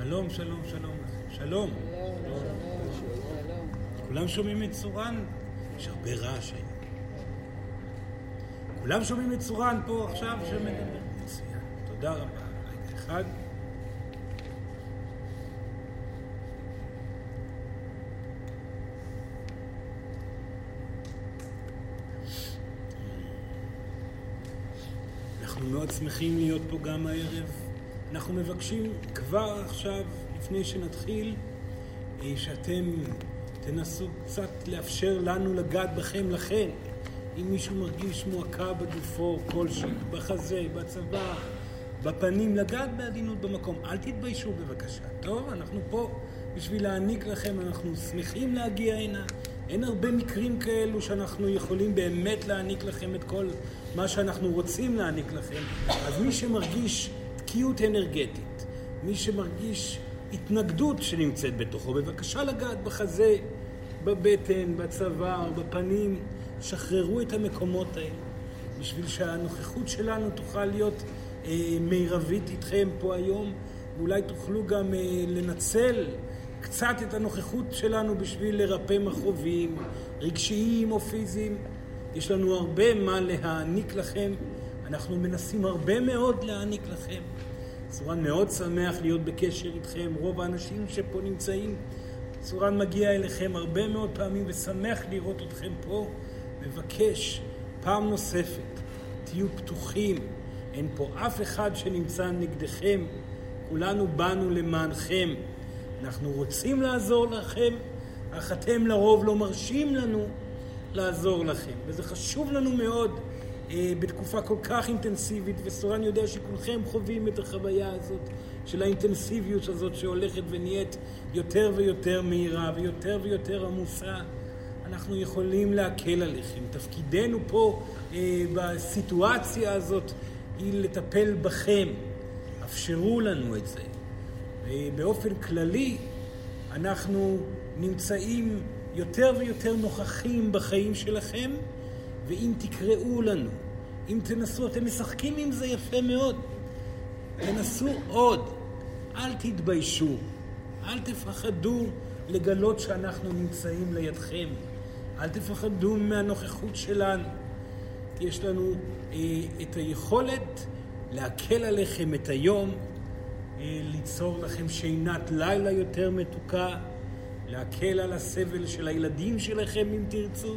שלום, שלום, שלום. שלום. כולם שומעים את צורן? יש הרבה רעש היום. כולם שומעים את צורן פה עכשיו שמדבר. מצוין. תודה רבה. רגע אחד. אנחנו מאוד שמחים להיות פה גם הערב. אנחנו מבקשים כבר עכשיו, לפני שנתחיל, שאתם תנסו קצת לאפשר לנו לגעת בכם. לכן, אם מישהו מרגיש מועקה בגופו, כלשהי, בחזה, בצבא, בפנים, לגעת בעדינות במקום. אל תתביישו בבקשה. טוב, אנחנו פה בשביל להעניק לכם, אנחנו שמחים להגיע הנה. אין הרבה מקרים כאלו שאנחנו יכולים באמת להעניק לכם את כל מה שאנחנו רוצים להעניק לכם. אז מי שמרגיש תקיעות אנרגטית, מי שמרגיש התנגדות שנמצאת בתוכו, בבקשה לגעת בחזה, בבטן, בצוואר, בפנים, שחררו את המקומות האלה, בשביל שהנוכחות שלנו תוכל להיות מירבית איתכם פה היום, ואולי תוכלו גם לנצל קצת את הנוכחות שלנו בשביל לרפא מכאובים, רגשיים או פיזיים. יש לנו הרבה מה להעניק לכם, אנחנו מנסים הרבה מאוד להעניק לכם. צורן מאוד שמח להיות בקשר איתכם, רוב האנשים שפה נמצאים, צורן מגיע אליכם הרבה מאוד פעמים ושמח לראות אתכם פה. מבקש פעם נוספת, תהיו פתוחים, אין פה אף אחד שנמצא נגדכם, כולנו באנו למענכם. אנחנו רוצים לעזור לכם, אך אתם לרוב לא מרשים לנו לעזור לכם. וזה חשוב לנו מאוד בתקופה כל כך אינטנסיבית, וסורן יודע שכולכם חווים את החוויה הזאת של האינטנסיביות הזאת שהולכת ונהיית יותר ויותר מהירה ויותר ויותר עמוסה. אנחנו יכולים להקל עליכם. תפקידנו פה בסיטואציה הזאת היא לטפל בכם. אפשרו לנו את זה. ובאופן כללי אנחנו נמצאים יותר ויותר נוכחים בחיים שלכם, ואם תקראו לנו, אם תנסו, אתם משחקים עם זה יפה מאוד, תנסו עוד, אל תתביישו, אל תפחדו לגלות שאנחנו נמצאים לידכם, אל תפחדו מהנוכחות שלנו. יש לנו את היכולת להקל עליכם את היום, ליצור לכם שינת לילה יותר מתוקה, להקל על הסבל של הילדים שלכם אם תרצו,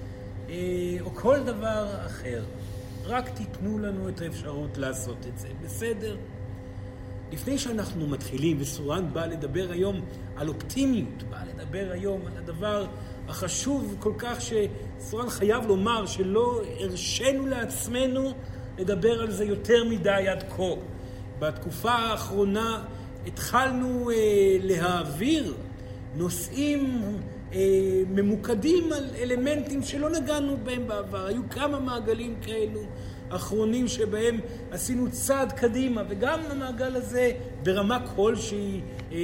או כל דבר אחר. רק תיתנו לנו את האפשרות לעשות את זה, בסדר? לפני שאנחנו מתחילים, וסורן בא לדבר היום על אופטימיות, בא לדבר היום על הדבר החשוב כל כך שסורן חייב לומר שלא הרשנו לעצמנו לדבר על זה יותר מדי עד כה. בתקופה האחרונה התחלנו להעביר נושאים ממוקדים על אלמנטים שלא נגענו בהם בעבר. היו כמה מעגלים כאלו אחרונים שבהם עשינו צעד קדימה, וגם המעגל הזה ברמה כלשהי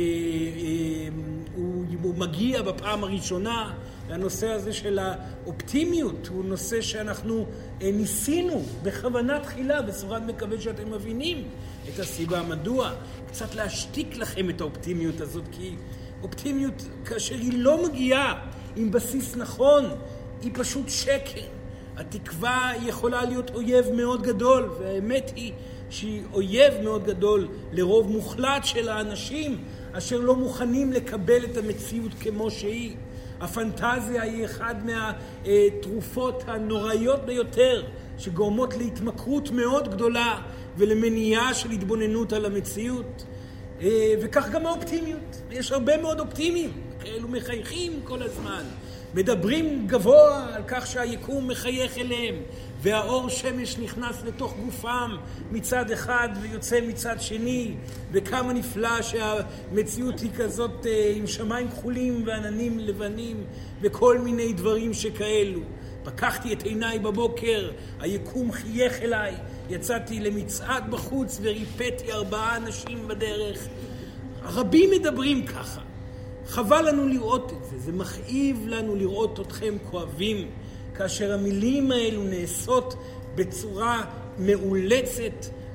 הוא מגיע בפעם הראשונה. והנושא הזה של האופטימיות הוא נושא שאנחנו ניסינו בכוונה תחילה, וסורן מקווה שאתם מבינים את הסיבה מדוע, קצת להשתיק לכם את האופטימיות הזאת, כי אופטימיות כאשר היא לא מגיעה עם בסיס נכון, היא פשוט שקר. התקווה יכולה להיות אויב מאוד גדול, והאמת היא שהיא אויב מאוד גדול לרוב מוחלט של האנשים אשר לא מוכנים לקבל את המציאות כמו שהיא. הפנטזיה היא אחד מהתרופות הנוראיות ביותר שגורמות להתמכרות מאוד גדולה ולמניעה של התבוננות על המציאות. וכך גם האופטימיות. יש הרבה מאוד אופטימיים, כאלו מחייכים כל הזמן, מדברים גבוה על כך שהיקום מחייך אליהם, והאור שמש נכנס לתוך גופם מצד אחד ויוצא מצד שני, וכמה נפלא שהמציאות היא כזאת עם שמיים כחולים ועננים לבנים וכל מיני דברים שכאלו. פקחתי את עיניי בבוקר, היקום חייך אליי, יצאתי למצעד בחוץ וריפאתי 4 אנשים בדרך. רבים מדברים ככה. חבל לנו לראות את זה, זה מכאיב לנו לראות אתכם כואבים, כאשר המילים האלו נעשות בצורה מאולצת,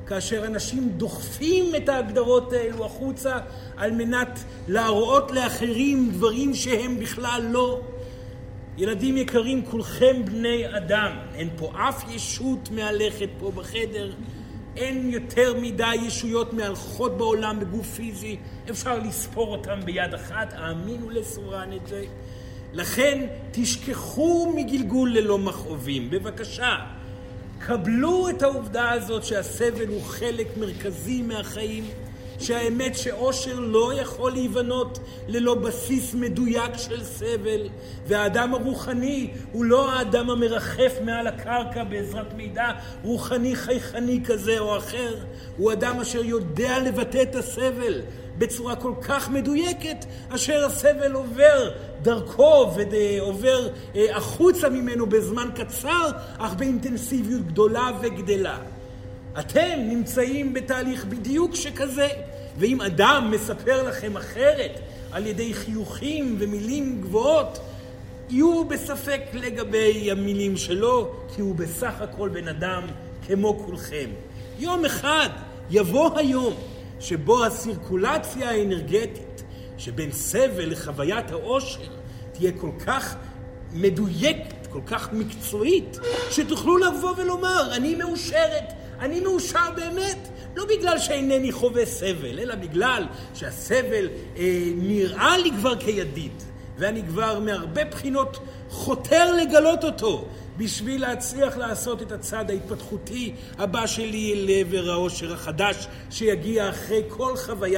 כאשר אנשים דוחפים את ההגדרות האלו החוצה על מנת להראות לאחרים דברים שהם בכלל לא. ילדים יקרים, כולכם בני אדם. אין פה אף ישות מהלכת פה בחדר. אין יותר מדי ישויות מהלכות בעולם בגוף פיזי. אפשר לספור אותם ביד אחת, האמינו לסורן את זה. לכן תשכחו מגלגול ללא מכאובים. בבקשה, קבלו את העובדה הזאת שהסבל הוא חלק מרכזי מהחיים, שהאמת שאושר לא יכול להיבנות ללא בסיס מדויק של סבל, והאדם הרוחני הוא לא האדם המרחף מעל הקרקע בעזרת מידע רוחני חייכני כזה או אחר, הוא אדם אשר יודע לבטא את הסבל בצורה כל כך מדויקת, אשר הסבל עובר דרכו ועובר החוצה ממנו בזמן קצר, אך באינטנסיביות גדולה וגדלה. אתם נמצאים בתהליך בדיוק שכזה, ואם אדם מספר לכם אחרת על ידי חיוכים ומילים גבוהות, יהיו בספק לגבי המילים שלו, כי הוא בסך הכל בן אדם כמו כולכם. יום אחד יבוא היום שבו הסירקולציה האנרגטית שבין סבל לחוויית האושר תהיה כל כך מדויקת, כל כך מקצועית, שתוכלו לבוא ולומר, אני מאושרת, אני מאושר באמת, לא בגלל שאינני חווה סבל, אלא בגלל שהסבל נראה לי כבר כידיד, ואני כבר מהרבה בחינות חותר לגלות אותו, בשביל להצליח לעשות את הצד ההתפתחותי הבא שלי לעבר האושר החדש, שיגיע אחרי כל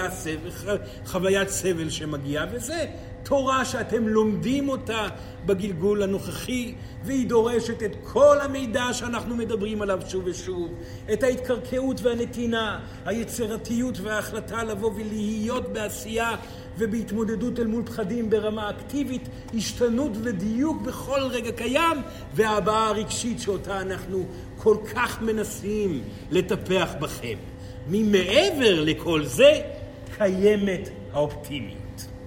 חוויית סבל שמגיעה, וזה תורה שאתם לומדים אותה בגלגול הנוכחי, והיא דורשת את כל המידע שאנחנו מדברים עליו שוב ושוב, את ההתקרקעות והנתינה, היצירתיות וההחלטה לבוא ולהיות בעשייה ובהתמודדות אל מול פחדים ברמה אקטיבית, השתנות ודיוק בכל רגע קיים, והבעה הרגשית שאותה אנחנו כל כך מנסים לטפח בכם. ממעבר לכל זה קיימת האופטימיות.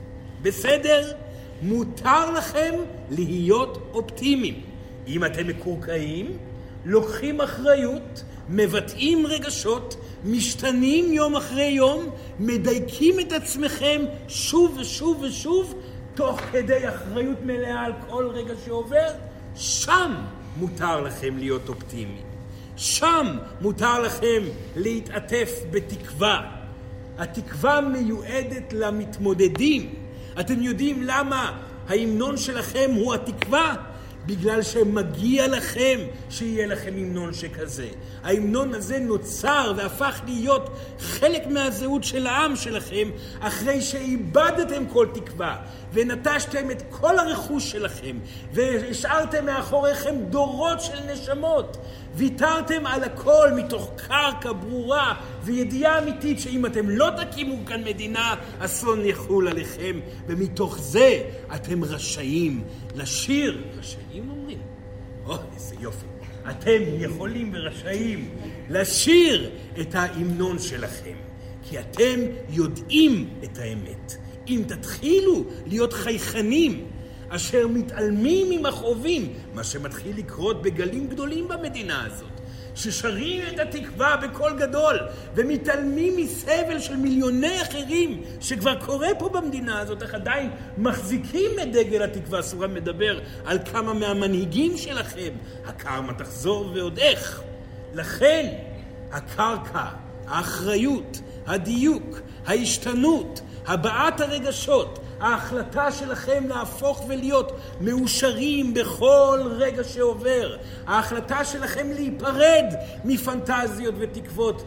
בסדר? מותר לכם להיות אופטימיים. אם אתם מקורקעים, לוקחים אחריות, מבטאים רגשות, משתנים יום אחרי יום, מדייקים את עצמכם שוב ושוב ושוב, תוך כדי אחריות מלאה על כל רגע שעובר, שם מותר לכם להיות אופטימיים. שם מותר לכם להתעטף בתקווה. התקווה מיועדת למתמודדים. אתם יודעים למה ההמנון שלכם הוא התקווה? בגלל שמגיע לכם שיהיה לכם המנון שכזה. ההמנון הזה נוצר והפך להיות חלק מהזהות של העם שלכם, אחרי שאיבדתם כל תקווה ונטשתם את כל הרכוש שלכם והשארתם מאחוריכם דורות של נשמות. ויתרתם על הכל מתוך קרקע ברורה וידיעה אמיתית שאם אתם לא תקימו כאן מדינה, אסון יחול עליכם, ומתוך זה אתם רשאים לשיר. רשאים אומרים? איזה יופי. אתם יכולים ורשאים לשיר את ההמנון שלכם, כי אתם יודעים את האמת. אם תתחילו להיות חייכנים אשר מתעלמים ממכאובים, מה שמתחיל לקרות בגלים גדולים במדינה הזאת, ששרים את התקווה בקול גדול ומתעלמים מסבל של מיליוני אחרים שכבר קורה פה במדינה הזאת, אך עדיין מחזיקים את דגל התקווה. סורן מדבר על כמה מהמנהיגים שלכם. הקרמה תחזור ועוד איך. לכן הקרקע, האחריות, הדיוק, ההשתנות, הבעת הרגשות, ההחלטה שלכם להפוך ולהיות מאושרים בכל רגע שעובר, ההחלטה שלכם להיפרד מפנטזיות ותקוות,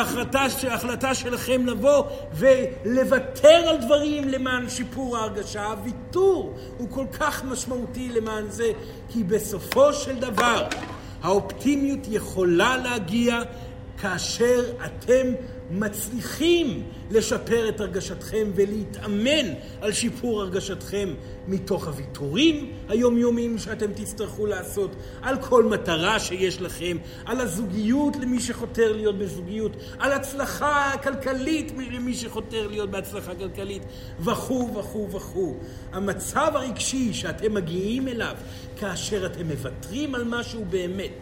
ההחלטה שלכם לבוא ולוותר על דברים למען שיפור ההרגשה. הוויתור הוא כל כך משמעותי למען זה, כי בסופו של דבר האופטימיות יכולה להגיע כאשר אתם מצליחים לשפר את הרגשתכם ולהתאמן על שיפור הרגשתכם מתוך הוויתורים היומיומיים שאתם תצטרכו לעשות על כל מטרה שיש לכם, על הזוגיות למי שחותר להיות בזוגיות, על הצלחה כלכלית למי שחותר להיות בהצלחה כלכלית, וכו' וכו' וכו'. המצב הרגשי שאתם מגיעים אליו כאשר אתם מוותרים על משהו באמת,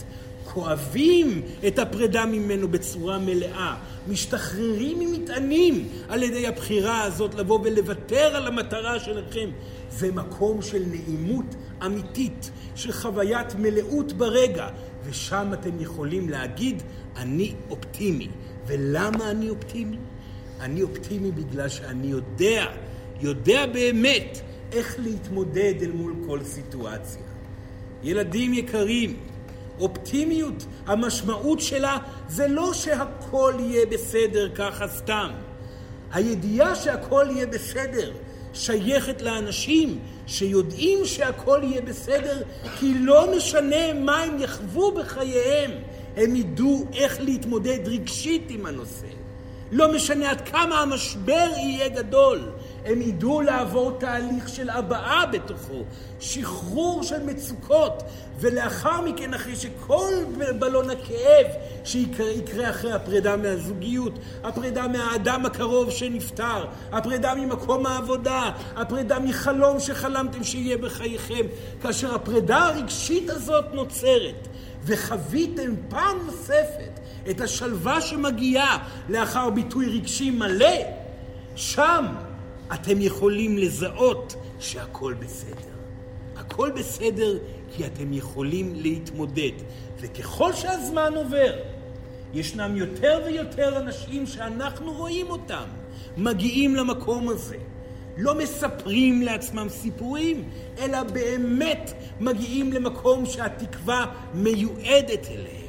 כואבים את הפרידה ממנו בצורה מלאה, משתחררים ממטענים על ידי הבחירה הזאת לבוא ולוותר על המטרה שלכם. זה מקום של נעימות אמיתית, של חוויית מלאות ברגע, ושם אתם יכולים להגיד, אני אופטימי. ולמה אני אופטימי? אני אופטימי בגלל שאני יודע באמת איך להתמודד אל מול כל סיטואציה. ילדים יקרים, אופטימיות, המשמעות שלה זה לא שהכל יהיה בסדר ככה סתם. הידיעה שהכל יהיה בסדר שייכת לאנשים שיודעים שהכל יהיה בסדר, כי לא משנה מה הם יחוו בחייהם, הם ידעו איך להתמודד רגשית עם הנושא. לא משנה עד כמה המשבר יהיה גדול, הם ידעו לעבור תהליך של הבעה בתוכו, שחרור של מצוקות, ולאחר מכן, אחרי שכל בלון הכאב שיקרה אחרי הפרידה מהזוגיות, הפרידה מהאדם הקרוב שנפטר, הפרידה ממקום העבודה, הפרידה מחלום שחלמתם שיהיה בחייכם, כאשר הפרידה הרגשית הזאת נוצרת, וחוויתם פעם נוספת את השלווה שמגיעה לאחר ביטוי רגשי מלא, שם אתם יכולים לזהות שהכל בסדר. הכל בסדר כי אתם יכולים להתמודד. וככל שהזמן עובר, ישנם יותר ויותר אנשים שאנחנו רואים אותם, מגיעים למקום הזה. לא מספרים לעצמם סיפורים, אלא באמת מגיעים למקום שהתקווה מיועדת אליהם.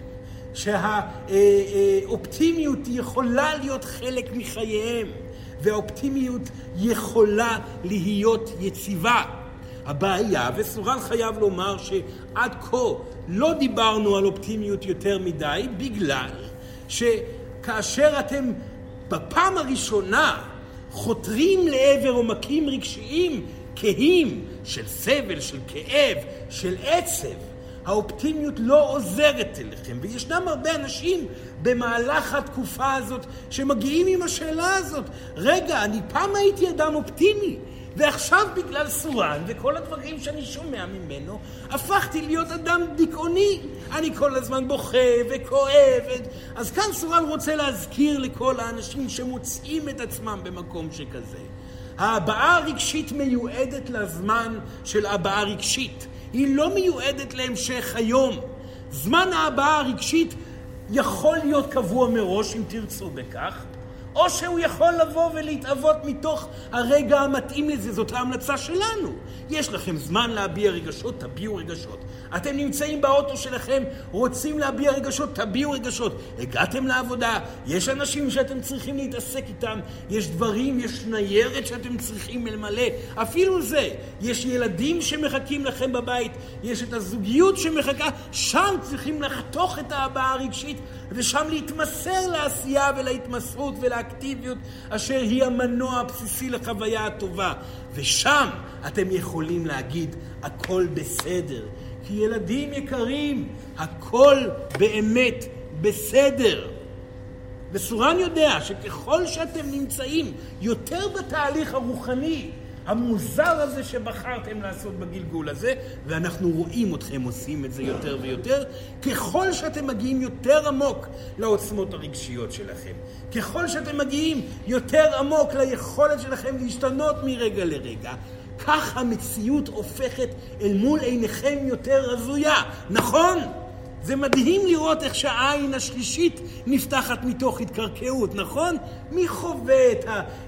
שהאופטימיות יכולה להיות חלק מחייהם. והאופטימיות יכולה להיות יציבה. הבעיה, וסורן חייב לומר שעד כה לא דיברנו על אופטימיות יותר מדי, בגלל שכאשר אתם בפעם הראשונה חותרים לעבר עומקים רגשיים כהים של סבל, של כאב, של עצב, האופטימיות לא עוזרת אליכם. וישנם הרבה אנשים במהלך התקופה הזאת שמגיעים עם השאלה הזאת, רגע, אני פעם הייתי אדם אופטימי, ועכשיו בגלל סורן וכל הדברים שאני שומע ממנו, הפכתי להיות אדם דיכאוני. אני כל הזמן בוכה וכואב. אז כאן סורן רוצה להזכיר לכל האנשים שמוצאים את עצמם במקום שכזה. ההבעה הרגשית מיועדת לזמן של הבעה רגשית. היא לא מיועדת להמשך היום. זמן ההבעה הרגשית יכול להיות קבוע מראש, אם תרצו בכך, או שהוא יכול לבוא ולהתאבות מתוך הרגע המתאים לזה. זאת ההמלצה שלנו. יש לכם זמן להביע רגשות, תביעו רגשות. אתם נמצאים באוטו שלכם, רוצים להביע רגשות, תביעו רגשות. הגעתם לעבודה, יש אנשים שאתם צריכים להתעסק איתם, יש דברים, יש ניירת שאתם צריכים למלא. אפילו זה, יש ילדים שמחכים לכם בבית, יש את הזוגיות שמחכה, שם צריכים לחתוך את ההבעה הרגשית, ושם להתמסר לעשייה ולהתמסרות ולאקטיביות, אשר היא המנוע הבסיסי לחוויה הטובה. ושם אתם יכולים להגיד, הכל בסדר. כי ילדים יקרים, הכל באמת בסדר. וסורן יודע שככל שאתם נמצאים יותר בתהליך הרוחני, המוזר הזה שבחרתם לעשות בגלגול הזה, ואנחנו רואים אתכם עושים את זה יותר ויותר, ככל שאתם מגיעים יותר עמוק לעוצמות הרגשיות שלכם, ככל שאתם מגיעים יותר עמוק ליכולת שלכם להשתנות מרגע לרגע, כך המציאות הופכת אל מול עיניכם יותר הזויה. נכון? זה מדהים לראות איך שהעין השלישית נפתחת מתוך התקרקעות, נכון? מי חווה את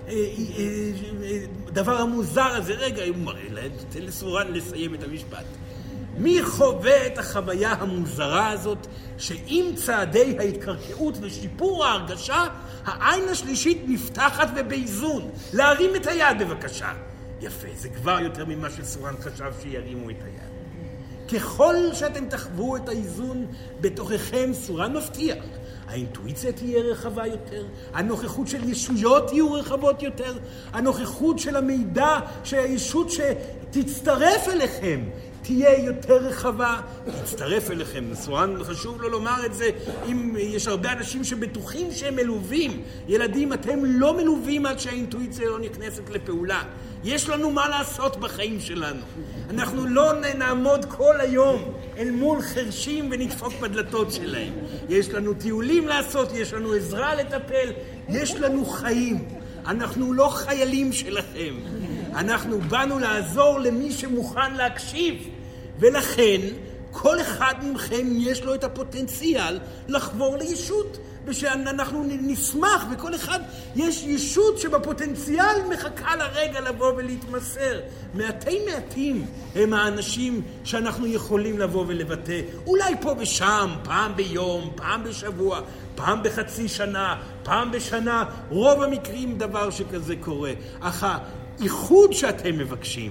הדבר המוזר הזה? רגע, הוא מראה, תן לסורן לסיים את המשפט. מי חווה את החוויה המוזרה הזאת, שעם צעדי ההתקרקעות ושיפור ההרגשה, העין השלישית נפתחת ובאיזון? להרים את היד בבקשה. יפה, זה כבר יותר ממה שסורן חשב שירימו את היד. ככל שאתם תחוו את האיזון בתוככם, סורן מבטיח, האינטואיציה תהיה רחבה יותר, הנוכחות של ישויות יהיו רחבות יותר, הנוכחות של המידע, של הישות שתצטרף אליכם, תהיה יותר רחבה, תצטרף אליכם. סורן חשוב לו לומר את זה, אם יש הרבה אנשים שבטוחים שהם מלווים, ילדים, אתם לא מלווים עד שהאינטואיציה לא נכנסת לפעולה. יש לנו מה לעשות בחיים שלנו. אנחנו לא נעמוד כל היום אל מול חרשים ונדפוק בדלתות שלהם. יש לנו טיולים לעשות, יש לנו עזרה לטפל, יש לנו חיים. אנחנו לא חיילים שלכם. אנחנו באנו לעזור למי שמוכן להקשיב. ולכן, כל אחד מכם יש לו את הפוטנציאל לחבור לישות. ושאנחנו נשמח, וכל אחד יש ישות שבפוטנציאל מחכה לרגע לבוא ולהתמסר. מעטים הם האנשים שאנחנו יכולים לבוא ולבטא. אולי פה ושם, פעם ביום, פעם בשבוע, פעם בחצי שנה, פעם בשנה, רוב המקרים דבר שכזה קורה. אך האיחוד שאתם מבקשים,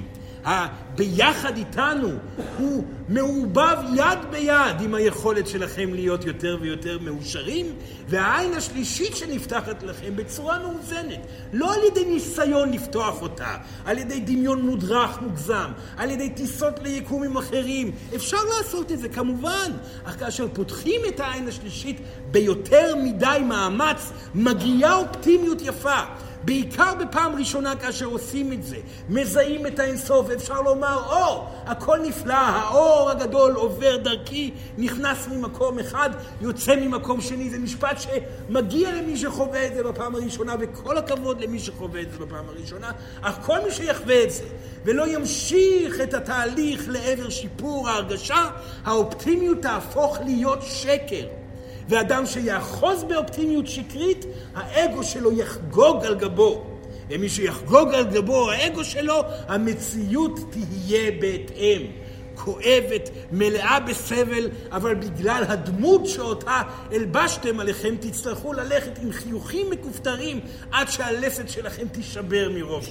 ביחד איתנו, הוא מעובב יד ביד עם היכולת שלכם להיות יותר ויותר מאושרים, והעין השלישית שנפתחת לכם בצורה מאוזנת, לא על ידי ניסיון לפתוח אותה, על ידי דמיון מודרך מוגזם, על ידי טיסות ליקומים אחרים. אפשר לעשות את זה כמובן, אך כאשר פותחים את העין השלישית ביותר מדי מאמץ, מגיעה אופטימיות יפה. בעיקר בפעם ראשונה כאשר עושים את זה, מזהים את האינסוף, אפשר לומר, הכל נפלא, האור הגדול עובר דרכי, נכנס ממקום אחד, יוצא ממקום שני. זה משפט שמגיע למי שחווה את זה בפעם הראשונה, וכל הכבוד למי שחווה את זה בפעם הראשונה, אך כל מי שיחווה את זה, ולא ימשיך את התהליך לעבר שיפור ההרגשה, האופטימיות תהפוך להיות שקר. ואדם שיאחוז באופטימיות שקרית, האגו שלו יחגוג על גבו. ומי שיחגוג על גבו האגו שלו, המציאות תהיה בהתאם. כואבת, מלאה בסבל, אבל בגלל הדמות שאותה אלבשתם עליכם, תצטרכו ללכת עם חיוכים מקופתרים עד שהלסת שלכם תישבר מרוב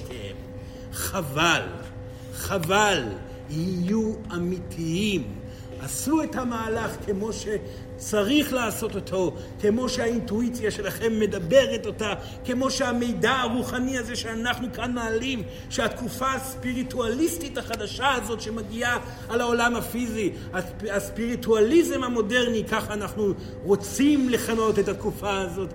כאב. חבל, יהיו אמיתיים. עשו את המהלך כמו שצריך לעשות אותו, כמו שהאינטואיציה שלכם מדברת אותה, כמו שהמידע הרוחני הזה שאנחנו כאן מעלים, שהתקופה הספיריטואליסטית החדשה הזאת שמגיעה על העולם הפיזי, הספיריטואליזם המודרני, ככה אנחנו רוצים לכנות את התקופה הזאת,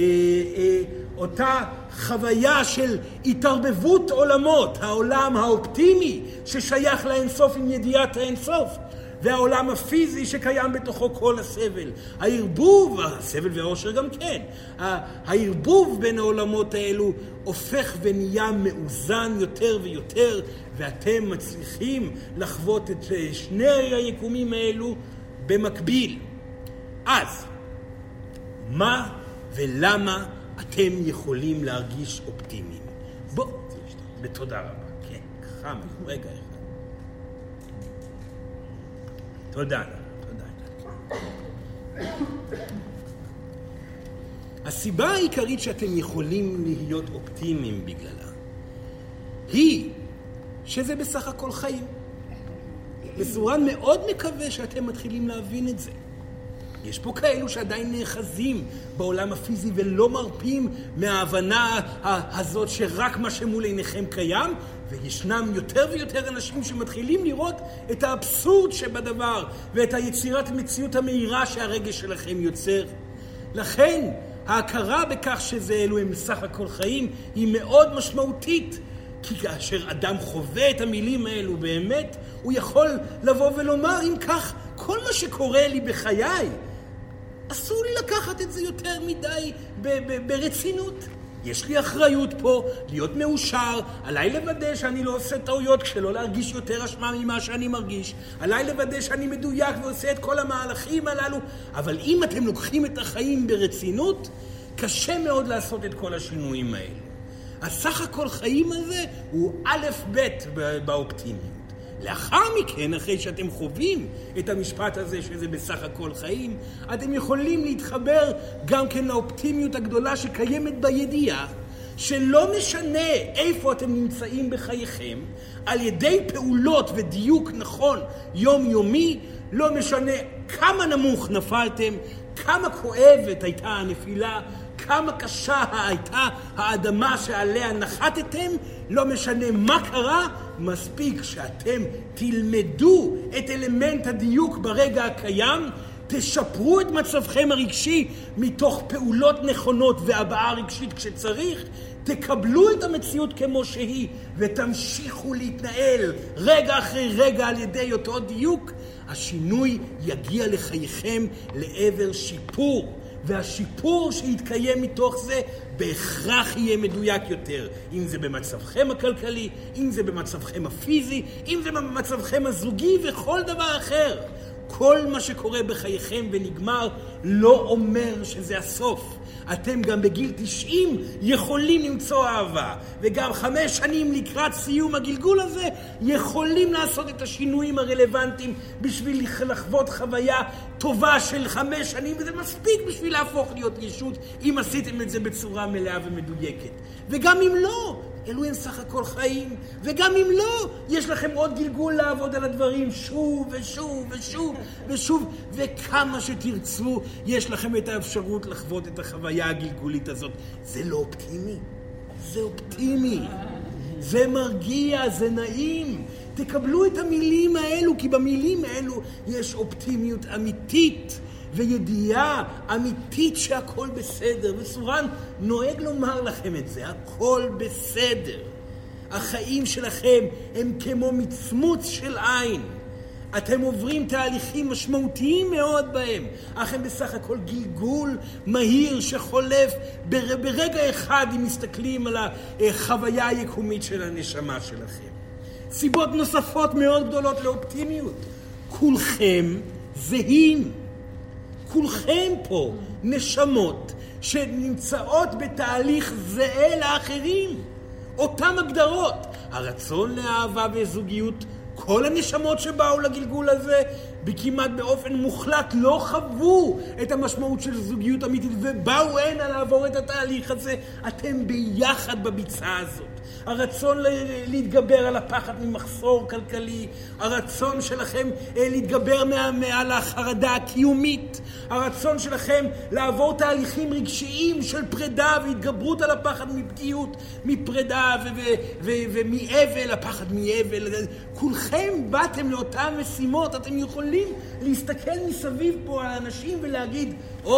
אותה חוויה של התערבבות עולמות, העולם האופטימי ששייך לאינסוף עם ידיעת האינסוף, והעולם הפיזי שקיים בתוכו כל הסבל. הערבוב, הסבל והאושר גם כן, הערבוב בין העולמות האלו הופך ונהיה מאוזן יותר ויותר, ואתם מצליחים לחוות את שני היקומים האלו במקביל. אז, מה ולמה אתם יכולים להרגיש אופטימיים? בתודה רבה. כן, חם, רגע אחד. תודה. הסיבה העיקרית שאתם יכולים להיות אופטימיים בגללה היא שזה בסך הכל חיים. בסורן מאוד מקווה שאתם מתחילים להבין את זה. יש פה כאלו שעדיין נאחזים בעולם הפיזי ולא מרפים מההבנה הזאת שרק מה שמול עיניכם קיים, וישנם יותר ויותר אנשים שמתחילים לראות את האבסורד שבדבר ואת היצירת המציאות המהירה שהרגש שלכם יוצר. לכן ההכרה בכך שזה אלו הם בסך הכל חיים היא מאוד משמעותית, כי כאשר אדם חווה את המילים האלו באמת, הוא יכול לבוא ולומר, אם כך, כל מה שקורה לי בחיי, אסור לי לקחת את זה יותר מדי ברצינות. יש לי אחריות פה להיות מאושר, עליי לוודא שאני לא עושה טעויות כשלא להרגיש יותר אשמה ממה שאני מרגיש, עליי לוודא שאני מדויק ועושה את כל המהלכים הללו, אבל אם אתם לוקחים את החיים ברצינות, קשה מאוד לעשות את כל השינויים האלה. הסך הכל חיים הזה הוא א' ב' באופטימיות. לאחר מכן, אחרי שאתם חווים את המשפט הזה שזה בסך הכל חיים, אתם יכולים להתחבר גם כן לאופטימיות הגדולה שקיימת בידיעה, שלא משנה איפה אתם נמצאים בחייכם, על ידי פעולות ודיוק נכון יומיומי, לא משנה כמה נמוך נפלתם, כמה כואבת הייתה הנפילה, כמה קשה הייתה האדמה שעליה נחתתם, לא משנה מה קרה, מספיק שאתם תלמדו את אלמנט הדיוק ברגע הקיים, תשפרו את מצבכם הרגשי מתוך פעולות נכונות והבעה רגשית כשצריך, תקבלו את המציאות כמו שהיא ותמשיכו להתנהל רגע אחרי רגע על ידי אותו דיוק, השינוי יגיע לחייכם לעבר שיפור, והשיפור שיתקיים מתוך זה בהכרח יהיה מדויק יותר, אם זה במצבכם הכלכלי, אם זה במצבכם הפיזי, אם זה במצבכם הזוגי וכל דבר אחר. כל מה שקורה בחייכם ונגמר לא אומר שזה הסוף. אתם גם בגיל 90 יכולים למצוא אהבה, וגם 5 שנים לקראת סיום הגלגול הזה יכולים לעשות את השינויים הרלוונטיים בשביל לחוות חוויה טובה של 5 שנים, וזה מספיק בשביל להפוך להיות ישות אם עשיתם את זה בצורה מלאה ומדויקת. וגם אם לא, אלו הם סך הכל חיים, וגם אם לא, יש לכם עוד גלגול לעבוד על הדברים שוב ושוב ושוב ושוב, וכמה שתרצו יש לכם את האפשרות לחוות את החוויה הגלגולית הזאת. זה לא אופטימי, זה אופטימי, זה מרגיע, זה נעים. תקבלו את המילים האלו, כי במילים האלו יש אופטימיות אמיתית וידיעה אמיתית שהכל בסדר. וסורן נוהג לומר לכם את זה, הכל בסדר. החיים שלכם הם כמו מצמוץ של עין. אתם עוברים תהליכים משמעותיים מאוד בהם, אך הם בסך הכל גלגול מהיר שחולף ברגע אחד אם מסתכלים על החוויה היקומית של הנשמה שלכם. סיבות נוספות מאוד גדולות לאופטימיות. כולכם זהים. כולכם פה נשמות שנמצאות בתהליך זהה לאחרים. אותם הגדרות. הרצון לאהבה וזוגיות, כל הנשמות שבאו לגלגול הזה בכמעט באופן מוחלט לא חוו את המשמעות של זוגיות אמיתית ובאו הנה לעבור את התהליך הזה. אתם ביחד בביצה הזאת. הרצון להתגבר על הפחד ממחסור כלכלי, הרצון שלכם להתגבר מעל החרדה הקיומית, הרצון שלכם לעבור תהליכים רגשיים של פרידה והתגברות על הפחד מפגיעות, מפרידה ומאבל, הפחד מאבל. כולכם באתם לאותן משימות. אתם יכולים להסתכל מסביב פה על האנשים ולהגיד,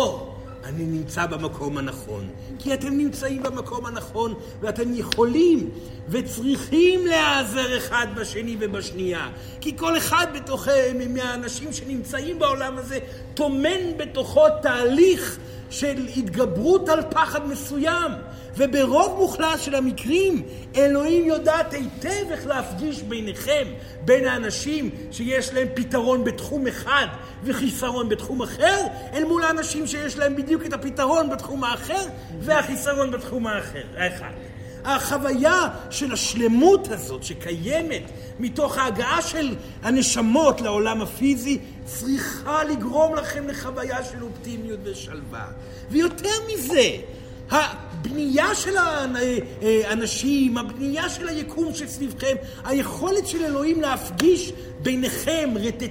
אני נמצא במקום הנכון, כי אתם נמצאים במקום הנכון, ואתם יכולים וצריכים להיעזר אחד בשני ובשנייה, כי כל אחד מהאנשים שנמצאים בעולם הזה טומן בתוכו תהליך של התגברות על פחד מסוים, וברוב מוחלט של המקרים אלוהים יודעת היטב איך להפגיש ביניכם, בין האנשים שיש להם פתרון בתחום אחד וחיסרון בתחום אחר, אל מול האנשים שיש להם בדיוק את הפתרון בתחום האחר והחיסרון בתחום האחד. החוויה של השלמות הזאת שקיימת מתוך ההגעה של הנשמות לעולם הפיזי צריכה לגרום לכם לחוויה של אופטימיות ושלווה. ויותר מזה, הבנייה של האנשים, הבנייה של היקום שסביבכם, היכולת של אלוהים להפגיש ביניכם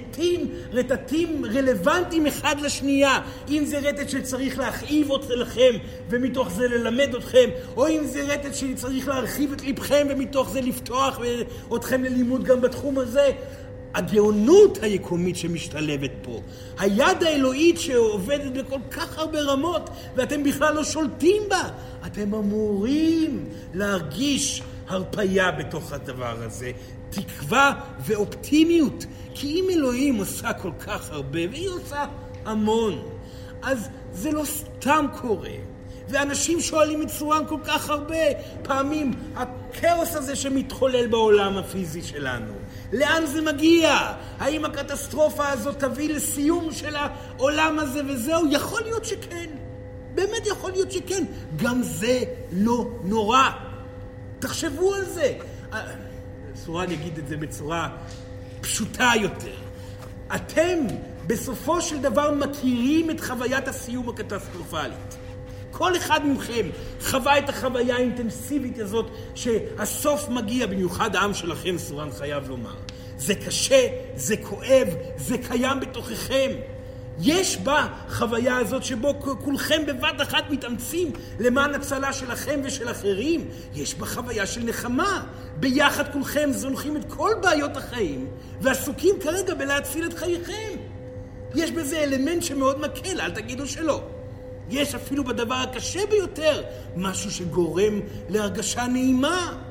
רטטים רלוונטיים אחד לשנייה, אם זה רטט שצריך להכאיב לכם ומתוך זה ללמד אתכם, או אם זה רטט שצריך להרחיב את לבכם ומתוך זה לפתוח אתכם ללימוד גם בתחום הזה. הגאונות היקומית שמשתלבת פה, היד האלוהית שעובדת בכל כך הרבה רמות ואתם בכלל לא שולטים בה, אתם אמורים להרגיש הרפיה בתוך הדבר הזה, תקווה ואופטימיות. כי אם אלוהים עושה כל כך הרבה, והיא עושה המון, אז זה לא סתם קורה. ואנשים שואלים את סורן כל כך הרבה פעמים, הכאוס הזה שמתחולל בעולם הפיזי שלנו, לאן זה מגיע? האם הקטסטרופה הזאת תביא לסיום של העולם הזה וזהו? יכול להיות שכן. באמת יכול להיות שכן. גם זה לא נורא. תחשבו על זה. סורן יגיד את זה בצורה פשוטה יותר. אתם בסופו של דבר מכירים את חוויית הסיום הקטסטרופלית. כל אחד מכם חווה את החוויה האינטנסיבית הזאת שהסוף מגיע, במיוחד העם שלכם, סורן חייב לומר. זה קשה, זה כואב, זה קיים בתוככם. יש בה חוויה הזאת שבו כולכם בבת אחת מתאמצים למען הצלה שלכם ושל אחרים. יש בה חוויה של נחמה. ביחד כולכם זונחים את כל בעיות החיים ועסוקים כרגע בלהציל את חייכם. יש בזה אלמנט שמאוד מקל, אל תגידו שלא. יש אפילו בדבר הקשה ביותר משהו שגורם להרגשה נעימה.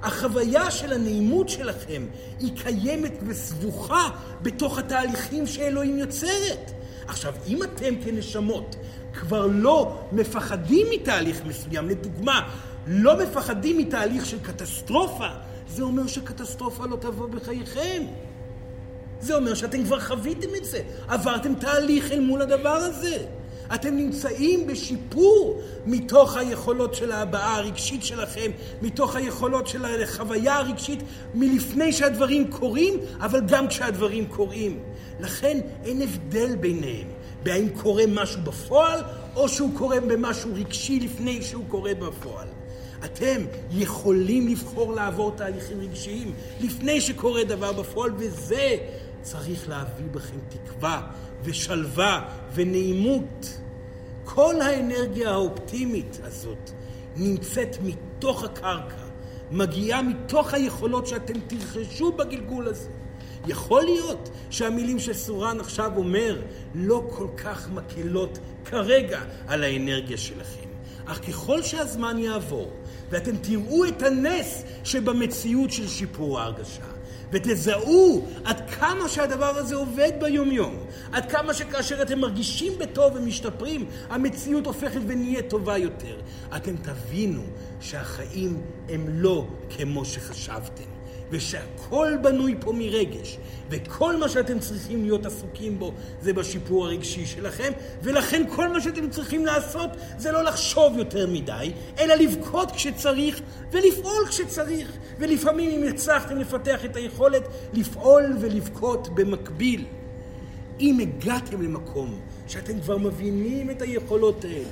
החוויה של הנעימות שלכם היא קיימת וסבוכה בתוך התהליכים שאלוהים יוצרת. עכשיו, אם אתם כנשמות כבר לא מפחדים מתהליך מסוים, לדוגמה, לא מפחדים מתהליך של קטסטרופה, זה אומר שקטסטרופה לא תבוא בחייכם. זה אומר שאתם כבר חוויתם את זה, עברתם תהליך אל מול הדבר הזה. אתם נמצאים בשיפור מתוך היכולות של ההבעה הרגשית שלכם, מתוך היכולות של החוויה הרגשית, מלפני שהדברים קורים, אבל גם כשהדברים קורים. לכן אין הבדל ביניהם, בהאם קורה משהו בפועל, או שהוא קורה במשהו רגשי לפני שהוא קורה בפועל. אתם יכולים לבחור לעבור תהליכים רגשיים לפני שקורה דבר בפועל, וזה צריך להביא בכם תקווה ושלווה ונעימות. כל האנרגיה האופטימית הזאת נמצאת מתוך הקרקע, מגיעה מתוך היכולות שאתם תרחשו בגלגול הזה. יכול להיות שהמילים שסורן עכשיו אומר לא כל כך מקלות כרגע על האנרגיה שלכם. אך ככל שהזמן יעבור ואתם תראו את הנס שבמציאות של שיפור ההרגשה, ותזהו עד כמה שהדבר הזה עובד ביום-יום, עד כמה שכאשר אתם מרגישים בטוב ומשתפרים, המציאות הופכת ונהיה טובה יותר. אתם תבינו שהחיים הם לא כמו שחשבתם, ושהכל בנוי פה מרגש, וכל מה שאתם צריכים להיות עסוקים בו זה בשיפור הרגשי שלכם, ולכן כל מה שאתם צריכים לעשות זה לא לחשוב יותר מדי, אלא לבכות כשצריך ולפעול כשצריך. ולפעמים אם הצלחתם לפתח את היכולת לפעול ולבכות במקביל. אם הגעתם למקום שאתם כבר מבינים את היכולות האלה,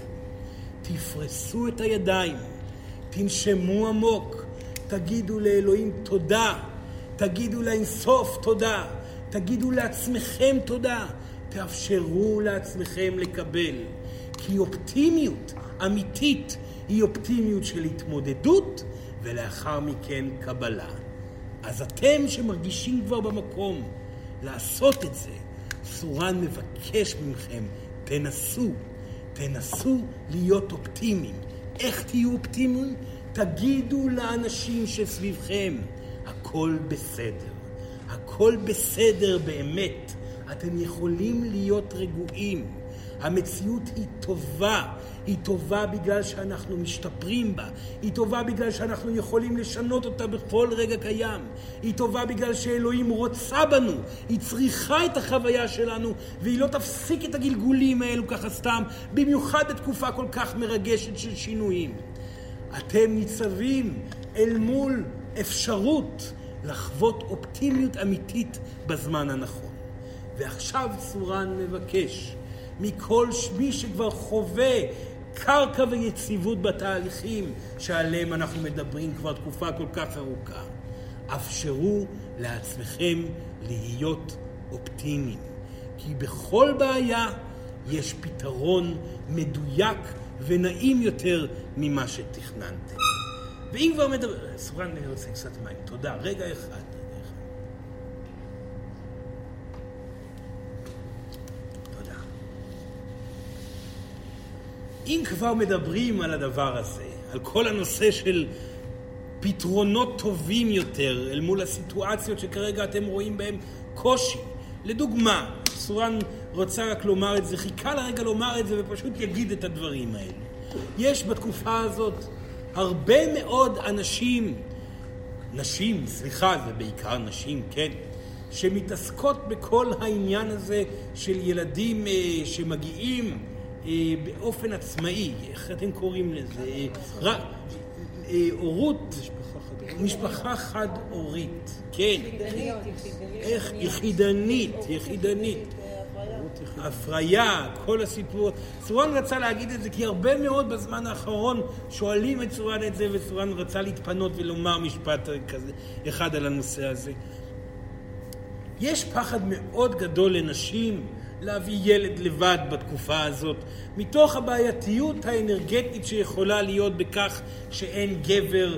תפרסו את הידיים, תנשמו עמוק, תגידו לאלוהים תודה, תגידו לאינסוף תודה, תגידו לעצמכם תודה, תאפשרו לעצמכם לקבל. כי אופטימיות אמיתית היא אופטימיות של התמודדות ולאחר מכן קבלה. אז אתם שמרגישים כבר במקום לעשות את זה, סורן מבקש מכם, תנסו להיות אופטימיים. איך תהיו אופטימיים? תגידו לאנשים שסביבכם, הכל בסדר. הכל בסדר באמת. אתם יכולים להיות רגועים. המציאות היא טובה. היא טובה בגלל שאנחנו משתפרים בה. היא טובה בגלל שאנחנו יכולים לשנות אותה בכל רגע קיים. היא טובה בגלל שאלוהים רוצה בנו. היא צריכה את החוויה שלנו, והיא לא תפסיק את הגלגולים האלו ככה סתם, במיוחד בתקופה כל כך מרגשת של שינויים. אתם ניצבים אל מול אפשרות לחוות אופטימיות אמיתית בזמן הנכון. ועכשיו סורן מבקש מכל מי שכבר חווה קרקע ויציבות בתהליכים שעליהם אנחנו מדברים כבר תקופה כל כך ארוכה, אפשרו לעצמכם להיות אופטימיים. כי בכל בעיה יש פתרון מדויק ונעים יותר ממה שתכננתם. ואם כבר מדבר... סורן, אני רוצה קצת מים. תודה. רגע אחד. תודה. אם כבר מדברים על הדבר הזה, על כל הנושא של פתרונות טובים יותר אל מול הסיטואציות שכרגע אתם רואים בהם קושי. לדוגמה, סורן רוצה רק לומר את זה, חיכה לרגע לומר את זה ופשוט יגיד את הדברים האלה. יש בתקופה הזאת הרבה מאוד נשים, זה בעיקר נשים, כן, שמתעסקות בכל העניין הזה של ילדים שמגיעים באופן עצמאי. איך אתם קוראים לזה? הורות, משפחה חד-הורית. כן. איך? יחידנית. הפריה, כל הסיפור. סורן רצה להגיד את זה כי הרבה מאוד בזמן האחרון שואלים את סורן את זה, וסורן רצה להתפנות ולומר משפט כזה אחד על הנושא הזה. יש פחד מאוד גדול לנשים להביא ילד לבד בתקופה הזאת, מתוך הבעייתיות האנרגטית שיכולה להיות בכך שאין גבר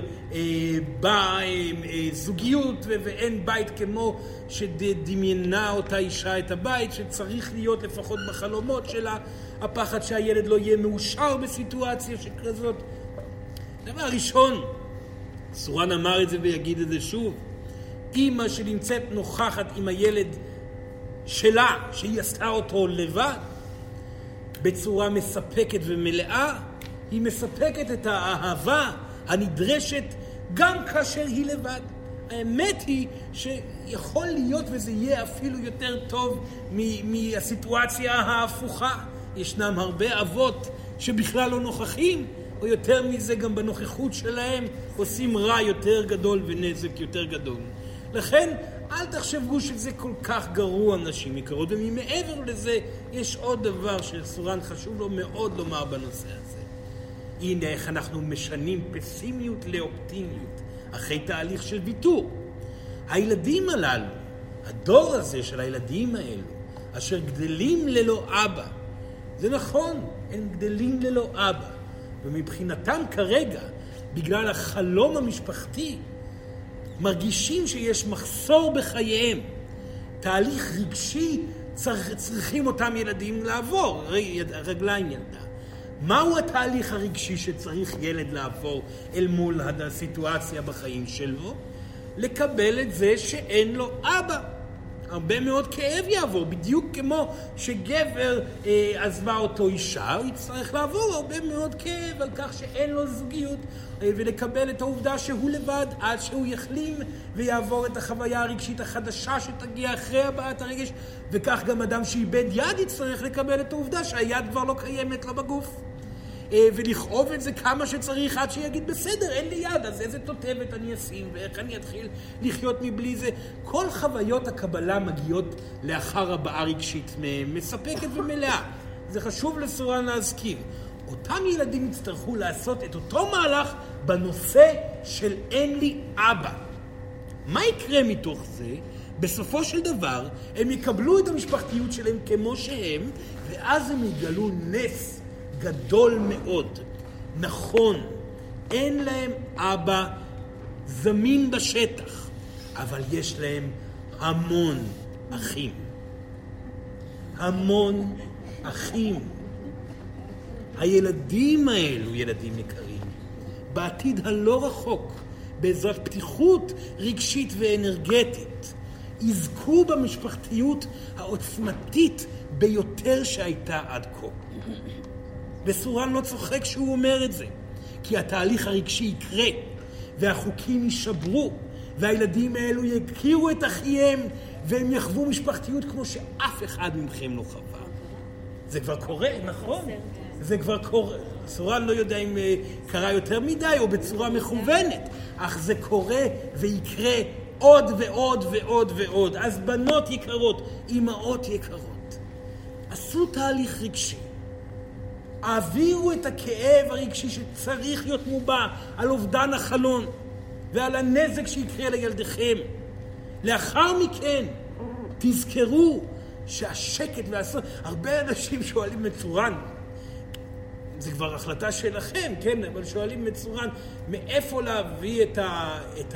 זוגיות ואין בית כמו שדמיינה אותה אישה את הבית, שצריך להיות לפחות בחלומות שלה, הפחד שהילד לא יהיה מאושר בסיטואציה שכזאת. דבר ראשון, סורן אמר את זה ויגיד את זה שוב. אמא שנמצאת נוכחת עם הילד שלה, שהיא עשתה אותו לבד, בצורה מספקת ומלאה, היא מספקת את האהבה הנדרשת גם כאשר היא לבד. האמת היא שיכול להיות וזה יהיה אפילו יותר טוב מהסיטואציה ההפוכה. ישנם הרבה אבות שבכלל לא נוכחים, או יותר מזה גם בנוכחות שלהם עושים רע יותר גדול ונזק יותר גדול. לכן אל תחשבו שזה כל כך גרוע, נשים יקרות, ומעבר לזה יש עוד דבר שסורן חשוב לו מאוד לומר בנושא הזה. הנה איך אנחנו משנים פסימיות לאופטימיות אחרי תהליך של ויתור. הילדים הללו, הדור הזה של הילדים האלו, אשר גדלים ללא אבא, זה נכון, הם גדלים ללא אבא, ומבחינתם כרגע, בגלל החלום המשפחתי, מרגישים שיש מחסור בחייהם. תהליך רגשי צריכים אותם ילדים לעבור, רגליים ילדה. מהו התהליך הרגשי שצריך ילד לעבור אל מול הסיטואציה בחיים שלו? לקבל את זה שאין לו אבא. הרבה מאוד כאב יעבור, בדיוק כמו שגבר עזבה אותו אישה, הוא יצטרך לעבור הרבה מאוד כאב על כך שאין לו זוגיות, ולקבל את העובדה שהוא לבד עד שהוא יחלים ויעבור את החוויה הרגשית החדשה שתגיע אחרי הבעת הרגש, וכך גם אדם שאיבד יד יצטרך לקבל את העובדה שהיד כבר לא קיימת לו בגוף. ולכאוב את זה כמה שצריך עד שיגיד בסדר, אין לי יד, אז איזה תותבת אני אשים ואיך אני אתחיל לחיות מבלי זה. כל חוויות הקבלה מגיעות לאחר הבעה רגשית מספקת ומלאה. זה חשוב לסורן להזכיר. אותם ילדים יצטרכו לעשות את אותו מהלך בנושא של אין לי אבא. מה יקרה מתוך זה? בסופו של דבר הם יקבלו את המשפחתיות שלהם כמו שהם, ואז הם יגלו נס גדול מאוד. נכון, אין להם אבא זמין בשטח, אבל יש להם המון אחים. המון אחים. הילדים האלו, ילדים יקרים, בעתיד הלא רחוק, בעזרת פתיחות רגשית ואנרגטית, יזכו במשפחתיות העוצמתית ביותר שהייתה עד כה. וסורן לא צוחק שהוא אומר את זה, כי התהליך הרגשי יקרה, והחוקים יישברו, והילדים האלו יכירו את אחייהם, והם יחוו משפחתיות כמו שאף אחד מכם לא חווה. זה כבר קורה, נכון? זה כבר קורה. סורן לא יודע אם קרה יותר מדי או בצורה מכוונת, אך זה קורה ויקרה עוד ועוד ועוד ועוד. אז בנות יקרות, אמהות יקרות, עשו תהליך רגשי. העבירו את הכאב הרגשי שצריך להיות מובע על אובדן החלון ועל הנזק שיקרה לילדיכם. לאחר מכן תזכרו שהשקט והסוד, הרבה אנשים שואלים מצורן, זה כבר החלטה שלכם, כן, אבל שואלים מצורן, מאיפה להביא את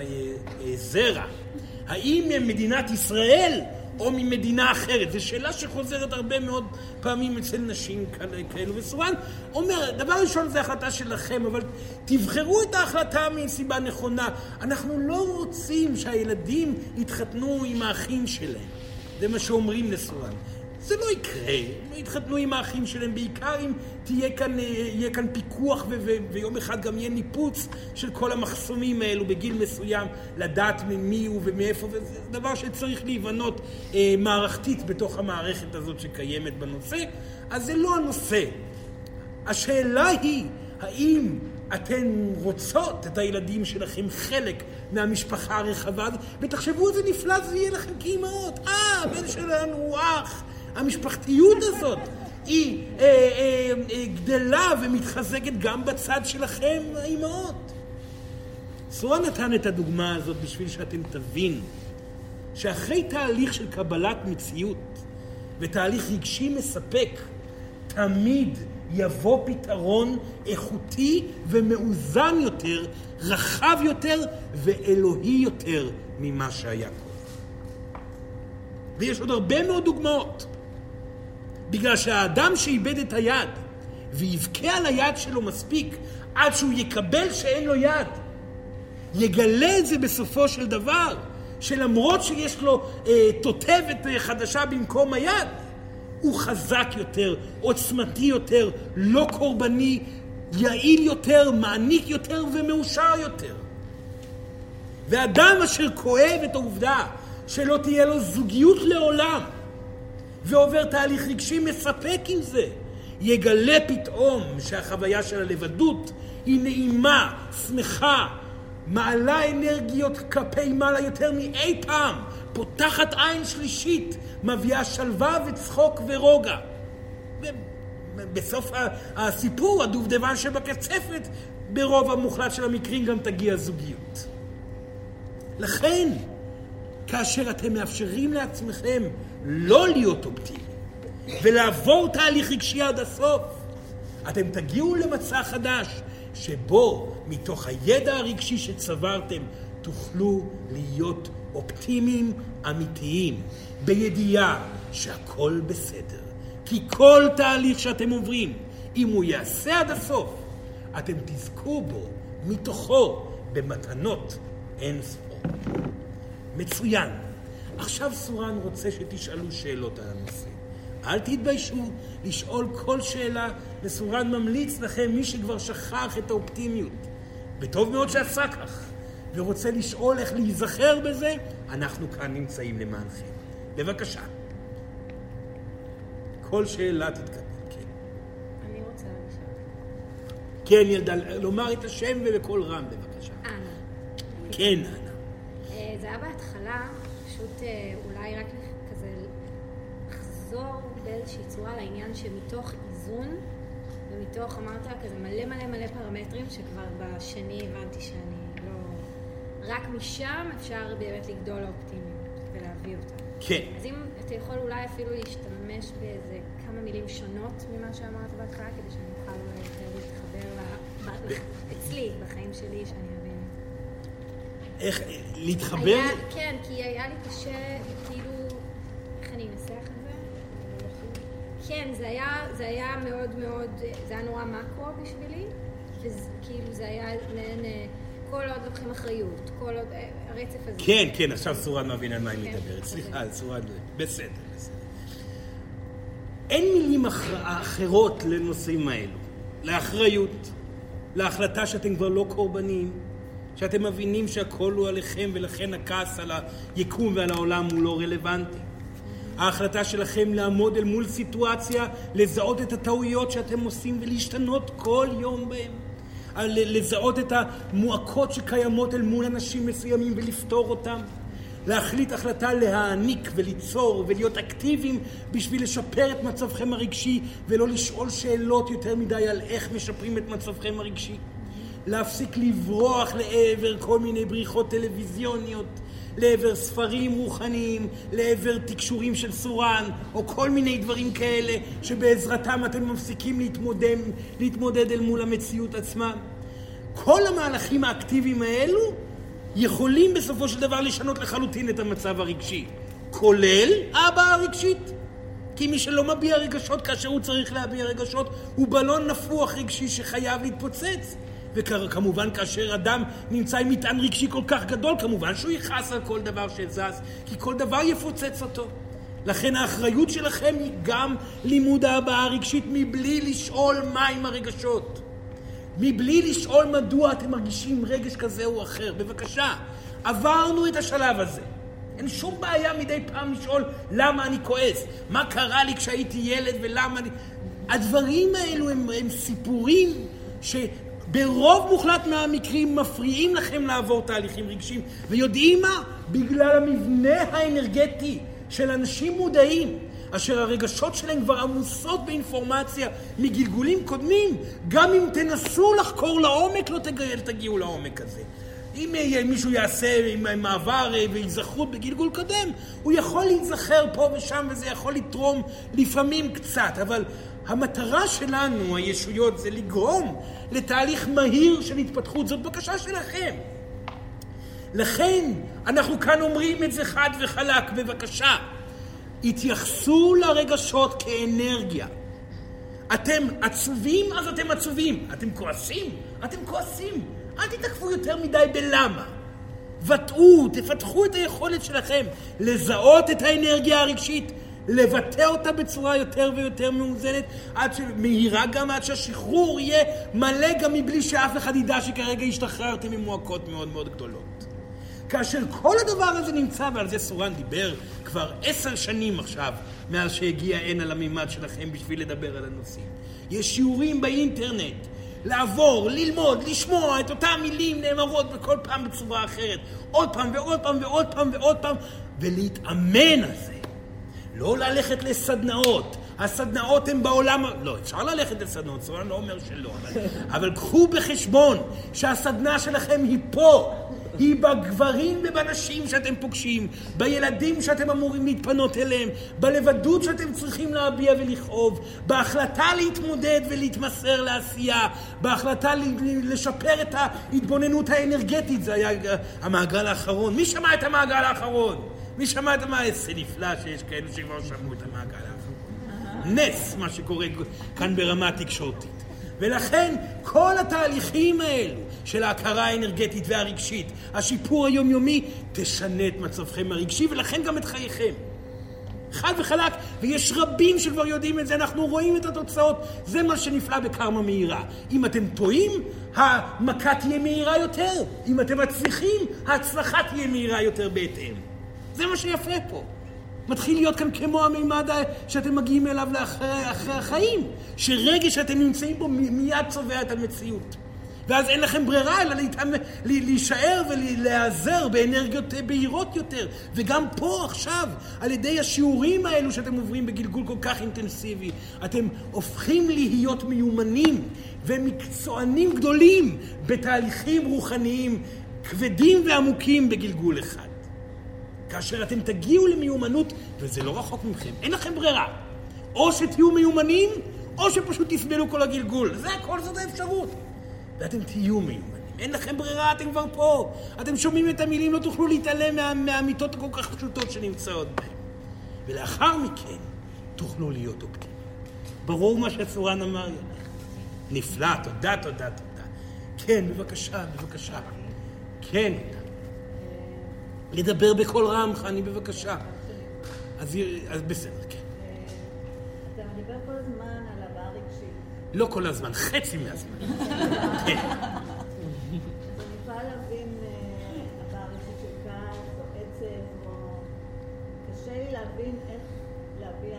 הזרע? האם ממדינת ישראל או ממדינה אחרת? זו שאלה שחוזרת הרבה מאוד פעמים אצל נשים כאלו. וסורן אומר, דבר ראשון זה החלטה שלכם, אבל תבחרו את ההחלטה מסיבה נכונה. אנחנו לא רוצים שהילדים יתחתנו עם האחים שלהם. זה מה שאומרים לסורן. זה לא יקרה, לא יתחתנו עם האחים שלהם, בעיקר אם יהיה כאן פיקוח ויום אחד גם יהיה ניפוץ של כל המחסומים האלו בגיל מסוים, לדעת ממי הוא ומאיפה, וזה דבר שצריך להיבנות מערכתית בתוך המערכת הזאת שקיימת בנושא. אז זה לא הנושא. השאלה היא, האם אתן רוצות את הילדים שלכם חלק מהמשפחה הרחבה, ותחשבו איזה נפלא זה יהיה לכם כאימהות. הבן שלנו הוא אח. המשפחתיות הזאת היא גדלה ומתחזקת גם בצד שלכם, האימהות. סורן נתן את הדוגמה הזאת בשביל שאתם תבינו שאחרי תהליך של קבלת מציאות ותהליך רגשי מספק, תמיד יבוא פתרון איכותי ומאוזן יותר, רחב יותר ואלוהי יותר ממה שהיה קודם. ויש עוד הרבה מאוד דוגמאות. בגלל שהאדם שאיבד את היד ויבכה על היד שלו מספיק עד שהוא יקבל שאין לו יד, יגלה את זה בסופו של דבר, שלמרות שיש לו תותבת חדשה במקום היד, הוא חזק יותר, עוצמתי יותר, לא קורבני, יעיל יותר, מעניק יותר ומאושר יותר. ואדם אשר כואב את העובדה שלא תהיה לו זוגיות לעולם, ועובר תהליך רגשי מספק עם זה, יגלה פתאום שהחוויה של הלבדות היא נעימה, שמחה, מעלה אנרגיות כלפי מעלה יותר מאי פעם, פותחת עין שלישית, מביאה שלווה וצחוק ורוגע. בסוף הסיפור, הדובדבן שבקצפת, ברוב המוחלט של המקרים גם תגיע זוגיות. לכן, כאשר אתם מאפשרים לעצמכם לא להיות אופטימיים ולעבור תהליך רגשי עד הסוף, אתם תגיעו למצע חדש שבו מתוך הידע הרגשי שצברתם תוכלו להיות אופטימיים אמיתיים, בידיעה שהכל בסדר. כי כל תהליך שאתם עוברים, אם הוא יעשה עד הסוף, אתם תזכו בו מתוכו במתנות אין ספור. מצוין. עכשיו סורן רוצה שתשאלו שאלות על הנושא. אל תתביישו לשאול כל שאלה, וסורן ממליץ לכם, מי שכבר שכח את האופטימיות, וטוב מאוד שעשה כך, ורוצה לשאול איך להיזכר בזה, אנחנו כאן נמצאים למענכם. בבקשה. כל שאלה תתקבל. כן. אני רוצה לשאול. כן, ילדה, לומר את השם ובקול רם, בבקשה. אנה. כן, אנה. זה היה בהתחלה, פשוט אולי רק כזה לחזור באיזושהי צורה לעניין שמתוך איזון, ומתוך, אמרת, כזה מלא מלא מלא פרמטרים, שכבר בשני הבנתי שאני לא... רק משם אפשר באמת לגדול לאופטימיות ולהביא אותה. כן. אז אם אתה יכול אולי אפילו להשתמש באיזה כמה מילים שונות ממה שאמרת בהתחלה, כדי שאני אוכל אולי יותר להתחבר אצלי, בחיים שלי, שאני אבין. איך להתחבר? כן, כי היה לי קשה, כאילו, איך אני אנסח את זה? כן, זה היה מאוד מאוד, זה היה נורא מקרו בשבילי, וכאילו זה היה כל עוד לוקחים אחריות, כל עוד הרצף הזה. כן, כן, עכשיו סורן מבין על מה היא מדברת. סליחה, סורן, בסדר. אין מילים אחרות לנושאים האלו. לאחריות, להחלטה שאתם כבר לא קורבנים, שאתם מבינים שהכל הוא עליכם ולכן הכעס על היקום ועל העולם הוא לא רלוונטי. ההחלטה שלכם לעמוד אל מול סיטואציה, לזהות את הטעויות שאתם עושים ולהשתנות כל יום בהם. לזהות את המועקות שקיימות אל מול אנשים מסוימים ולפתור אותם. להחליט החלטה להעניק וליצור ולהיות אקטיביים בשביל לשפר את מצבכם הרגשי ולא לשאול שאלות יותר מדי על איך משפרים את מצבכם הרגשי. להפסיק לברוח לעבר כל מיני בריחות טלוויזיוניות, לעבר ספרים רוחניים, לעבר תקשורים של סורן, או כל מיני דברים כאלה שבעזרתם אתם מפסיקים להתמודד אל מול המציאות עצמה. כל המהלכים האקטיביים האלו יכולים בסופו של דבר לשנות לחלוטין את המצב הרגשי, כולל ההבעה הרגשית. כי מי שלא מביע רגשות כאשר הוא צריך להביע רגשות, הוא בלון נפוח רגשי שחייב להתפוצץ. וכמובן כאשר אדם נמצא עם מטען רגשי כל כך גדול, כמובן שהוא יכעס על כל דבר שזז, כי כל דבר יפוצץ אותו. לכן האחריות שלכם היא גם לימוד ההבעה הרגשית מבלי לשאול מה עם הרגשות. מבלי לשאול מדוע אתם מרגישים רגש כזה או אחר. בבקשה, עברנו את השלב הזה. אין שום בעיה מדי פעם לשאול למה אני כועס, מה קרה לי כשהייתי ילד ולמה אני... הדברים האלו הם סיפורים ברוב מוחלט מהמקרים מפריעים לכם לעבור תהליכים רגשיים, ויודעים מה? בגלל המבנה האנרגטי של אנשים מודעים, אשר הרגשות שלהם כבר עמוסות באינפורמציה מגלגולים קודמים. גם אם תנסו לחקור לעומק, לא תגיעו לעומק הזה. אם מישהו יעשה עם מעבר והיזכרות בגלגול קודם, הוא יכול להיזכר פה ושם, וזה יכול לתרום לפעמים קצת, אבל המטרה שלנו, הישויות, זה לגרום לתהליך מהיר של התפתחות. זאת בקשה שלכם. לכן, אנחנו כאן אומרים את זה חד וחלק, בבקשה. התייחסו לרגשות כאנרגיה. אתם עצובים, אז אתם עצובים. אתם כועסים, אתם כועסים. אל תתעכבו יותר מדי בלמה. תפתחו את היכולת שלכם לזהות את האנרגיה הרגשית, לבטא אותה בצורה יותר ויותר מאוזנת, מהירה גם עד שהשחרור יהיה מלא גם מבלי שאף אחד ידע שכרגע השתחררתם ממועקות מאוד מאוד גדולות. כאשר כל הדבר הזה נמצא, ועל זה סורן דיבר כבר 10 שנים עכשיו, מאז שהגיע הנה למימד שלכם בשביל לדבר על הנושאים. יש שיעורים באינטרנט, לעבור, ללמוד, לשמוע את אותם מילים נאמרות בכל פעם בצורה אחרת, עוד פעם ועוד פעם ועוד פעם ועוד פעם, ולהתאמן על זה. לא ללכת לסדנאות. הסדנאות הן בעולם... לא, אפשר ללכת לסדנאות, סורן לא אומר שלא, אבל קחו בחשבון שהסדנה שלכם היא פה. היא בגברים ובנשים שאתם פוגשים, בילדים שאתם אמורים להתפנות אליהם, בלבדות שאתם צריכים להביע ולכאוב, בהחלטה להתמודד ולהתמסר לעשייה, בהחלטה לשפר את ההתבוננות האנרגטית. זה היה המעגל האחרון. מי שמע את המעגל האחרון? מי שמע את איזה נפלא שיש כאלו שכבר שמעו את המעגל האחרון. נס מה שקורה כאן ברמה התקשורתית. ולכן כל התהליכים האלו של ההכרה האנרגטית והרגשית, השיפור היומיומי, תשנה את מצבכם הרגשי ולכן גם את חייכם. חד וחלק, ויש רבים שכבר יודעים את זה, אנחנו רואים את התוצאות, זה מה שנפלא בקרמה מהירה. אם אתם טועים, המכה תהיה מהירה יותר. אם אתם מצליחים, ההצלחה תהיה מהירה יותר בהתאם. זה מה שיפה פה. מתחיל להיות כאן כמו המימד שאתם מגיעים אליו אחרי החיים, שרגע שאתם נמצאים בו מיד צובע את המציאות. ואז אין לכם ברירה אלא להישאר ולהיעזר באנרגיות בהירות יותר. וגם פה עכשיו, על ידי השיעורים האלו שאתם עוברים בגלגול כל כך אינטנסיבי, אתם הופכים להיות מיומנים ומקצוענים גדולים בתהליכים רוחניים כבדים ועמוקים בגלגול אחד. כאשר אתם תגיעו למיומנות, וזה לא רחוק מכם, אין לכם ברירה. או שתהיו מיומנים, או שפשוט תסבלו כל הגלגול. זה הכל, זאת האפשרות. ואתם תהיו מיומנים. אין לכם ברירה, אתם כבר פה. אתם שומעים את המילים, לא תוכלו להתעלם מהאמיתות הכל כך פשוטות שנמצאות בהם. ולאחר מכן, תוכלו להיות אופטימיים. ברור מה שסורן אמר. נפלא, תודה, תודה, תודה. כן, בבקשה, בבקשה. כן. לדבר בכל רם, חני, בבקשה. אז בסדר, כן. אתה מדבר כל הזמן על הבעה רגשית. לא כל הזמן, חצי מהזמן. כן. אז אני יכולה להבין הבעה רגשית של כעס או עצב, או... קשה לי להבין איך להביע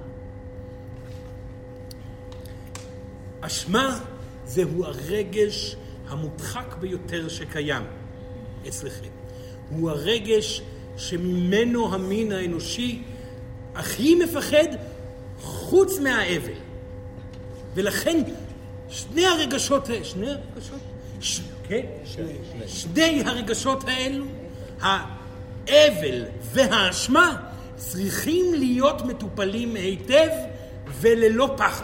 אשמה. אשמה זהו הרגש המודחק ביותר שקיים אצלכם. הוא הרגש שממנו המין האנושי הכי מפחד חוץ מהאבל. ולכן שני הרגשות האלו, האבל והאשמה, צריכים להיות מטופלים היטב וללא פחד.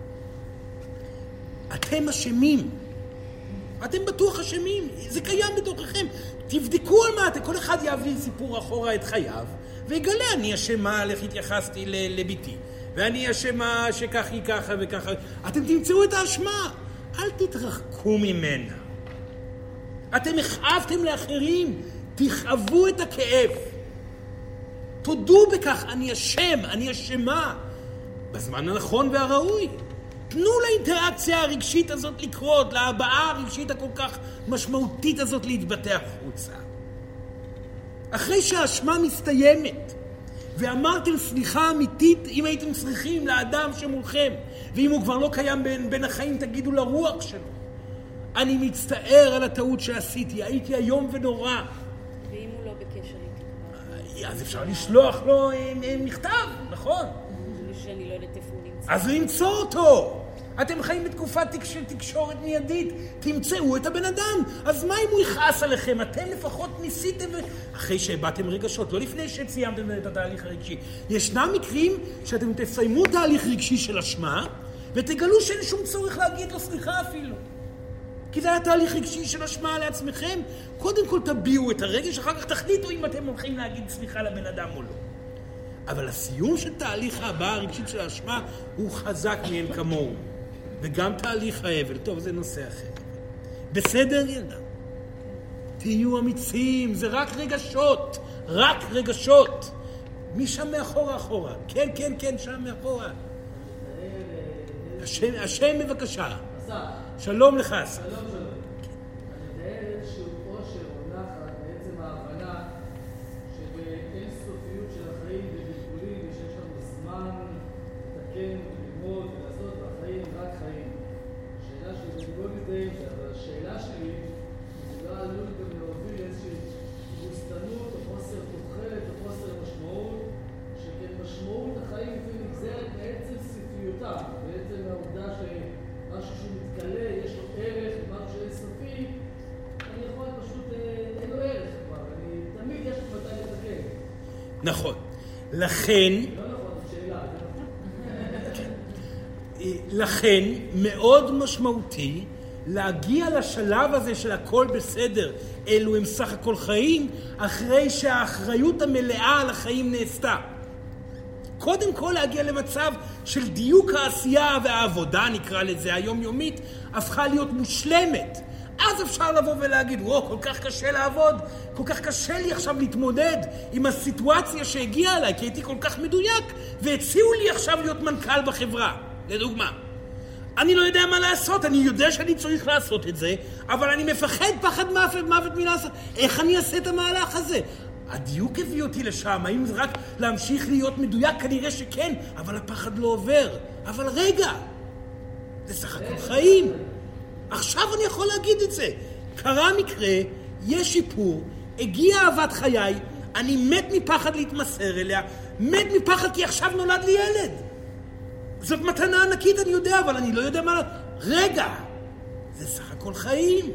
אתם אשמים. אתם בטוח אשמים. זה קיים בתוככם. תבדקו על מה, כל אחד יעביר סיפור אחורה את חייו, ויגלה, אני אשמה על איך התייחסתי לביתי, ואני אשמה שכך היא ככה וככה. אתם תמצאו את האשמה, אל תתרחקו ממנה. אתם הכאבתם לאחרים, תכאבו את הכאב. תודו בכך, אני אשם, אני אשמה, בזמן הנכון והראוי. תנו לאינטראקציה הרגשית הזאת לקרות, להבעה הרגשית הכל כך משמעותית הזאת להתבטא החוצה. אחרי שהאשמה מסתיימת, ואמרתם סליחה אמיתית אם הייתם צריכים לאדם שמולכם, ואם הוא כבר לא קיים בין החיים, תגידו לרוח שלו, אני מצטער על הטעות שעשיתי, הייתי היום ונורא. ואם הוא לא בקשר איתי? אז אפשר לשלוח לו מכתב, נכון? שאני לא יודעת איפה הוא נמצא. אז למצוא אותו. אתם חיים בתקופת תקשורת מיידית, תמצאו את הבן אדם. אז מה אם הוא יכעס עליכם? אתם לפחות ניסיתם, אחרי שהבאתם רגשות, לא לפני שציימתם את התהליך הרגשי. ישנם מקרים שאתם תסיימו תהליך רגשי של אשמה, ותגלו שאין שום צורך להגיד לו סליחה אפילו. כי זה היה תהליך רגשי של אשמה לעצמכם. קודם כל תביעו את הרגש, אחר כך תחליטו אם אתם הולכים להגיד סליחה לבן אדם או לא. אבל הסיום של תהליך ההבעה הרגשית של האשמה הוא חזק מאין כמוהו. וגם תהליך האבל, טוב, זה נושא אחר. בסדר, ילדה? תהיו אמיצים, זה רק רגשות, רק רגשות. מי שם מאחורה אחורה? כן, כן, כן, שם מאחורה. השם בבקשה. שלום לך. שלום, שלום. אני מתאר איזשהו עושר או נחת בעצם ההבנה שבאין סופיות של החיים ובלבולים ושיש לנו זמן לתקן וללמוד ולעשות בחיים רק חיים. השאלה שלי בגבול מזה, אבל השאלה שלי זה לא עלול גם להוביל לאיזושהי תבוסתנות או חוסר תוחלת או חוסר משמעות, שכן משמעות החיים לפי נגזרת בעצם סופיותם, בעצם העובדה שמשהו שהוא מתקלה, יש לו ערך, משהו שאין סופי, אני יכול פשוט, אין לו ערך כבר, תמיד יש לו מתי לתקן. נכון. לכן, לא נכון, זו שאלה. לכן מאוד משמעותי להגיע לשלב הזה של הכל בסדר, אלו הם סך הכל חיים, אחרי שהאחריות המלאה על החיים נעשתה. קודם כל להגיע למצב של דיוק העשייה והעבודה, נקרא לזה היומיומית, הפכה להיות מושלמת. אז אפשר לבוא ולהגיד, וואו, כל כך קשה לעבוד, כל כך קשה לי עכשיו להתמודד עם הסיטואציה שהגיעה אליי, כי הייתי כל כך מדויק, והציעו לי עכשיו להיות מנכ"ל בחברה, לדוגמה. אני לא יודע מה לעשות, אני יודע שאני צריך לעשות את זה, אבל אני מפחד פחד מוות מלעשות. איך אני אעשה את המהלך הזה? הדיוק הביא אותי לשם, האם זה רק להמשיך להיות מדויק? כנראה שכן, אבל הפחד לא עובר. אבל רגע, זה סך הכל חיים. עכשיו אני יכול להגיד את זה. קרה מקרה, יש שיפור, הגיע אהבת חיי, אני מת מפחד להתמסר אליה, מת מפחד כי עכשיו נולד לי ילד. זאת מתנה ענקית, אני יודע, אבל אני לא יודע מה... רגע, זה סך הכל חיים.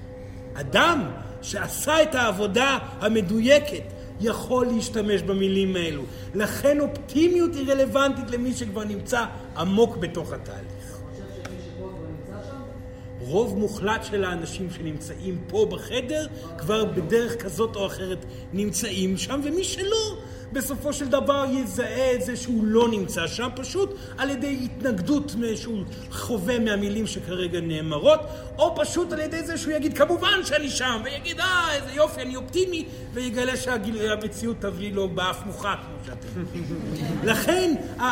אדם שעשה את העבודה המדויקת יכול להשתמש במילים האלו. לכן אופטימיות היא רלוונטית למי שכבר נמצא עמוק בתוך התהליך. אתה חושב שמי שפה כבר נמצא שם? רוב מוחלט של האנשים שנמצאים פה בחדר כבר בדרך כזאת או אחרת נמצאים שם, ומי שלא בסופו של דבר יזהה את זה שהוא לא נמצא שם, פשוט על ידי התנגדות שהוא חווה מהמילים שכרגע נאמרות, או פשוט על ידי זה שהוא יגיד כמובן שאני שם, ויגיד איזה יופי, אני אופטימי, ויגלה שהמציאות תביא לו באף מוחה כמו שאתם. לכן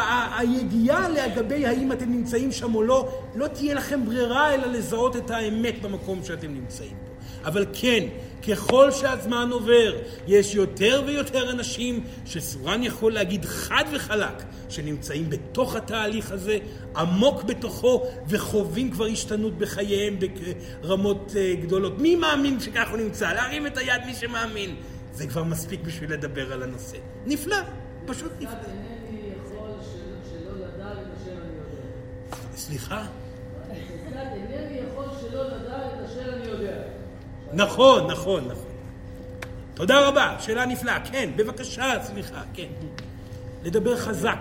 הידיעה לגבי האם אתם נמצאים שם או לא, לא תהיה לכם ברירה אלא לזהות את האמת במקום שאתם נמצאים פה. אבל כן, ככל שהזמן עובר, יש יותר ויותר אנשים שסורן יכול להגיד חד וחלק שנמצאים בתוך התהליך הזה, עמוק בתוכו, וחווים כבר השתנות בחייהם ברמות גדולות. מי מאמין שכך הוא נמצא? להרים את היד מי שמאמין. זה כבר מספיק בשביל לדבר על הנושא. נפלא, פשוט נפלא. אינני יכול שלא לדע את אשר אני יודע. סליחה? אינני יכול שלא לדע את אשר אני יודע. נכון, נכון, נכון. תודה רבה, שאלה נפלאה. כן, בבקשה, סליחה, כן. לדבר חזק.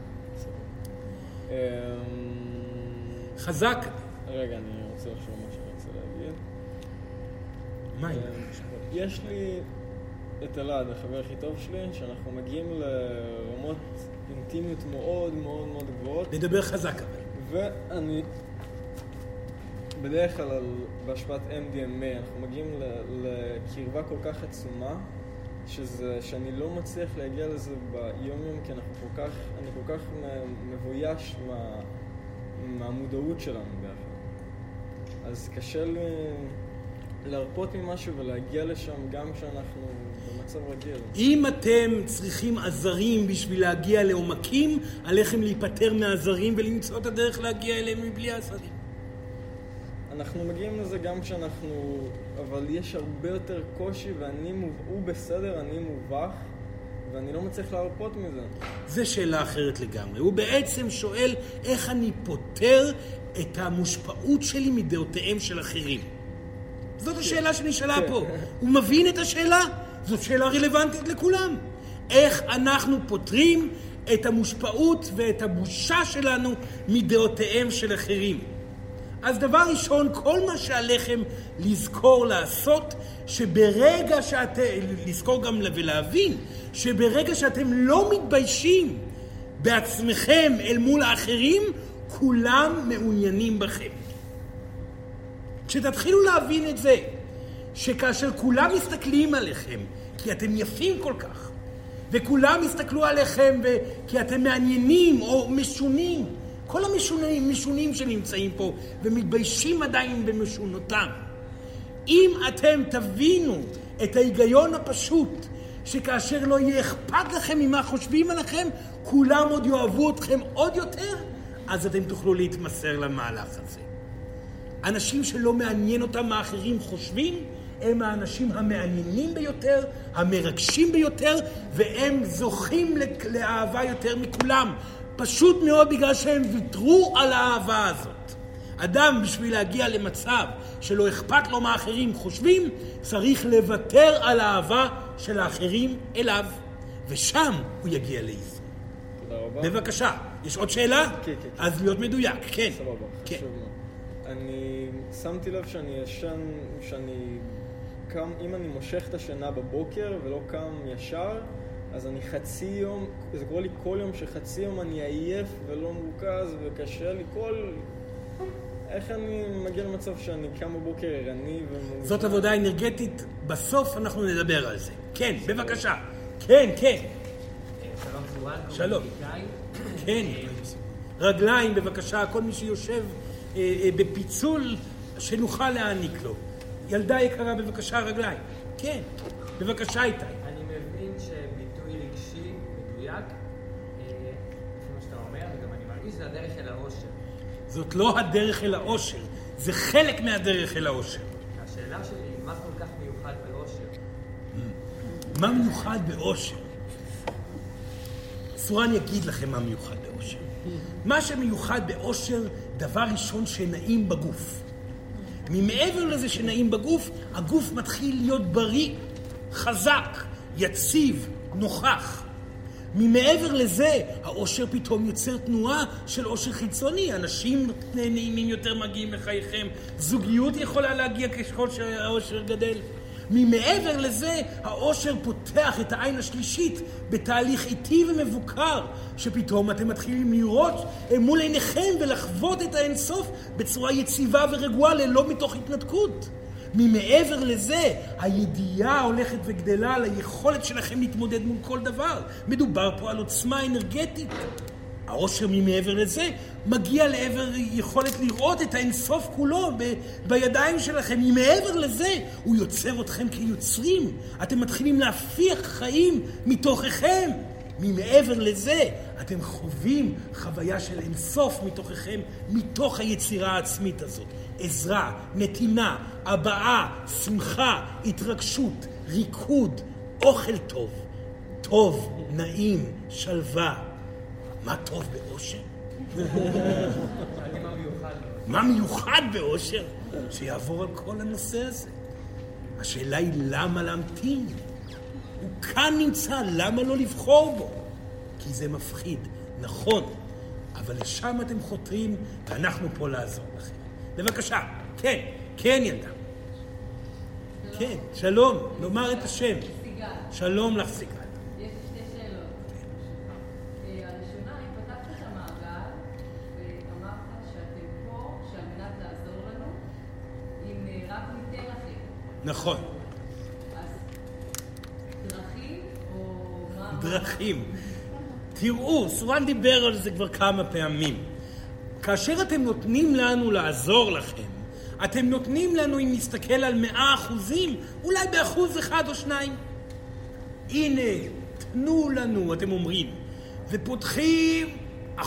חזק. רגע, אני רוצה לחשוב מה שאני רוצה להגיד. מה? יש לי את אלעד, החבר הכי טוב שלי, שאנחנו מגיעים לרמות אינטימיות מאוד מאוד מאוד גבוהות. לדבר חזק. ואני... בדרך כלל בהשפעת MDMA אנחנו מגיעים לקרבה כל כך עצומה שאני לא מצליח להגיע לזה ביום-יום, כי אני כל כך מבויש מהמודעות שלנו ביחד. אז קשה לי להרפות ממשהו ולהגיע לשם גם כשאנחנו במצב רגיל. אם אתם צריכים עזרים בשביל להגיע לעומקים, עליכם להיפטר מהעזרים ולמצוא את הדרך להגיע אליהם מבלי העזרים. אנחנו מגיעים לזה גם כשאנחנו, אבל יש הרבה יותר קושי הוא בסדר, אני מובך ואני לא מצליח להרפות מזה. זה שאלה אחרת לגמרי. הוא בעצם שואל איך אני פותר את המושפעות שלי מדעותיהם של אחרים. זאת השאלה שנשאלה פה. הוא מבין את השאלה? זאת שאלה רלוונטית לכולם. איך אנחנו פותרים את המושפעות ואת הבושה שלנו מדעותיהם של אחרים? אז דבר ראשון, כל מה שעליכם לזכור לעשות, שברגע לזכור גם ולהבין, שברגע שאתם לא מתביישים בעצמכם אל מול האחרים, כולם מעוניינים בכם. כשתתחילו להבין את זה, שכאשר כולם מסתכלים עליכם, כי אתם יפים כל כך, וכולם מסתכלו עליכם כי אתם מעניינים או משונים, כל המשונים שנמצאים פה ומתביישים עדיין במשונותם. אם אתם תבינו את ההיגיון הפשוט, שכאשר לא יהיה אכפת לכם ממה חושבים עליכם, כולם עוד יאהבו אתכם עוד יותר, אז אתם תוכלו להתמסר למהלך הזה. אנשים שלא מעניין אותם מה אחרים חושבים, הם האנשים המעניינים ביותר, המרגשים ביותר, והם זוכים לאהבה יותר מכולם. פשוט מאוד בגלל שהם ויתרו על האהבה הזאת. אדם בשביל להגיע למצב שלא אכפת לו מה אחרים חושבים, צריך לוותר על האהבה של האחרים אליו, ושם הוא יגיע לאיזון. תודה רבה. בבקשה, יש עוד שאלה? כן. אז להיות מדויק, כן. סבבה, כן. חשוב מאוד. אני שמתי לב שאני ישן, קם, אם אני מושך את השינה בבוקר ולא קם ישר, אז אני חצי יום, זה קורה לי כל יום שחצי יום אני עייף ולא מרוכז וקשה לי איך אני מגיע למצב שאני קם בבוקר ערני ומאוזן? זאת עבודה אנרגטית, בסוף אנחנו נדבר על זה. כן, בבקשה. כן. שלום סורן. שלום. כן. רגליים, בבקשה, כל מי שיושב בפיצול שנוכל להעניק לו. ילדה יקרה, בבקשה, רגליים. כן, בבקשה איתי. אני מבין שביטוי רגשי מדויק, לפי מה שאתה אומר, וגם אני מרגיש שזה הדרך אל האושר. זאת לא הדרך אל האושר, זה חלק מהדרך אל האושר. השאלה שלי היא, מה כל כך מיוחד באושר? מה מיוחד באושר? סורן יגיד לכם מה מיוחד באושר. מה שמיוחד באושר, דבר ראשון שנעים בגוף. ממעבר לזה שנעים בגוף, הגוף מתחיל להיות בריא, חזק, יציב, נוכח. ממעבר לזה, האושר פתאום יוצר תנועה של אושר חיצוני. אנשים נעימים יותר מגיעים לחייכם. זוגיות יכולה להגיע ככל שהאושר גדל. ממעבר לזה, האושר פותח את העין השלישית בתהליך איטי ומבוקר, שפתאום אתם מתחילים לראות מול עיניכם ולחוות את האינסוף בצורה יציבה ורגועה, ללא מתוך התנתקות. ממעבר לזה, הידיעה הולכת וגדלה על היכולת שלכם להתמודד מול כל דבר. מדובר פה על עוצמה אנרגטית. האושר ממעבר לזה מגיע לעבר יכולת לראות את האינסוף כולו בידיים שלכם. ממעבר לזה הוא יוצר אתכם כיוצרים. אתם מתחילים להפיח חיים מתוככם. ממעבר לזה אתם חווים חוויה של אינסוף מתוככם, מתוך היצירה העצמית הזאת. עזרה, נתינה, הבאה, שמחה, התרגשות, ריקוד, אוכל טוב, טוב, נעים, שלווה. מה טוב באושר? מה מיוחד באושר? שיעבור על כל הנושא הזה. השאלה היא למה להמתין? הוא כאן נמצא, למה לא לבחור בו? כי זה מפחיד, נכון, אבל לשם אתם חותרים ואנחנו פה לעזור לכם. בבקשה, כן ילדה. כן, שלום, נאמר את השם. סיגל. שלום לך סיגל. יש שתי שאלות. הראשונה, אני פתחת את המעגל ואמרת שאתם פה שעל מנת לעזור לנו, אם רק ניתן לכם. נכון. אז דרכים או מה? דרכים. תראו, סורן דיבר על זה כבר כמה פעמים. כאשר אתם נותנים לנו לעזור לכם, אתם נותנים לנו, אם נסתכל על 100%, אולי ב1% או 2%. הנה, תנו לנו, אתם אומרים, ופותחים 1.5%.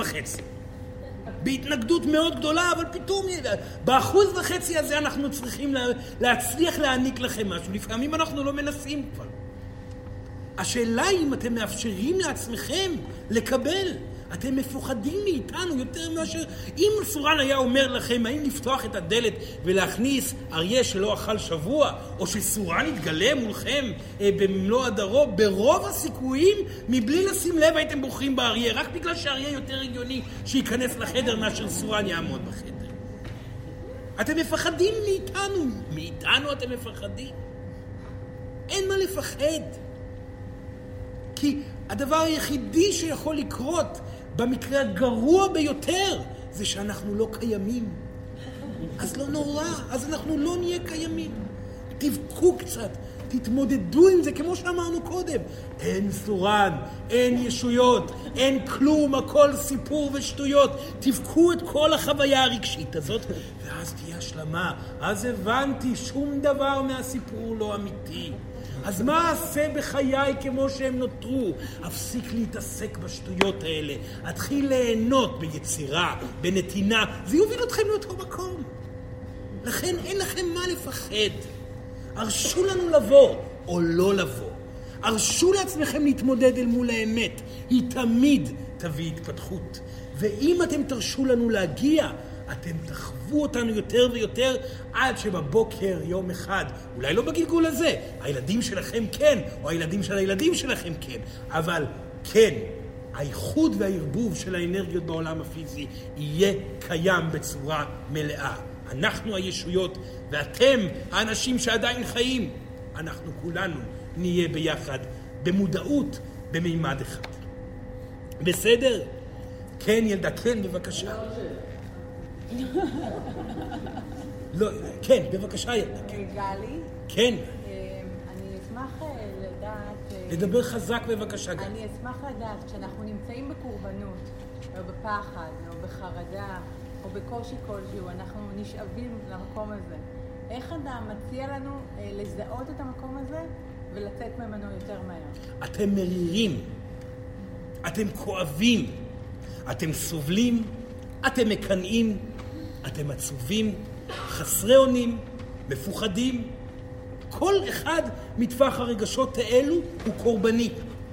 בהתנגדות מאוד גדולה, אבל פתאום ב1.5% הזה אנחנו צריכים להצליח להעניק לכם משהו. לפעמים אנחנו לא מנסים כבר. השאלה היא אם אתם מאפשרים לעצמכם לקבל. אתם מפוחדים מאיתנו יותר מאשר... אם סורן היה אומר לכם, האם לפתוח את הדלת ולהכניס אריה שלא אכל שבוע, או שסורן יתגלה מולכם במלוא הדרו, ברוב הסיכויים, מבלי לשים לב, הייתם בוחרים באריה, רק בגלל שאריה יותר הגיוני שייכנס לחדר מאשר סורן יעמוד בחדר. אתם מפחדים מאיתנו. מאיתנו אתם מפחדים. אין מה לפחד. כי הדבר היחידי שיכול לקרות במקרה הגרוע ביותר זה שאנחנו לא קיימים. אז לא נורא, אז אנחנו לא נהיה קיימים. תבכו קצת, תתמודדו עם זה כמו שאמרנו קודם. אין סורן, אין ישויות, אין כלום, הכל סיפור ושטויות. תבכו את כל החוויה הרגשית הזאת, ואז תהיה השלמה. אז הבנתי, שום דבר מהסיפור לא אמיתי. אז מה אעשה בחיי כמו שהם נותרו? אפסיק להתעסק בשטויות האלה. אתחיל ליהנות ביצירה, בנתינה. זה יוביל אתכם לאותו מקום. לכן אין לכם מה לפחד. הרשו לנו לבוא או לא לבוא. הרשו לעצמכם להתמודד אל מול האמת. היא תמיד תביא התפתחות. ואם אתם תרשו לנו להגיע, אתם תחוו אותנו יותר ויותר עד שבבוקר יום אחד, אולי לא בגלגול הזה, הילדים שלכם כן, או הילדים של הילדים שלכם כן, אבל כן, האיחוד והערבוב של האנרגיות בעולם הפיזי יהיה קיים בצורה מלאה. אנחנו הישויות ואתם האנשים שעדיין חיים, אנחנו כולנו נהיה ביחד במודעות במימד אחד. בסדר? כן ילדה, כן בבקשה. לא, כן, בבקשה ילדה. גלי? כן. אני אשמח לדעת... לדבר חזק בבקשה גלי. אני אשמח לדעת, כשאנחנו נמצאים בקורבנות, או בפחד, או בחרדה, או בקושי כלשהו, אנחנו נשאבים למקום הזה. איך אתה מציע לנו לזהות את המקום הזה ולצאת ממנו יותר מהר? אתם מרירים, אתם כואבים, אתם סובלים, אתם מקנאים, אתם עצובים, חסרי אונים, מפוחדים. כל אחד מטווח הרגשות האלו הוא קורבני.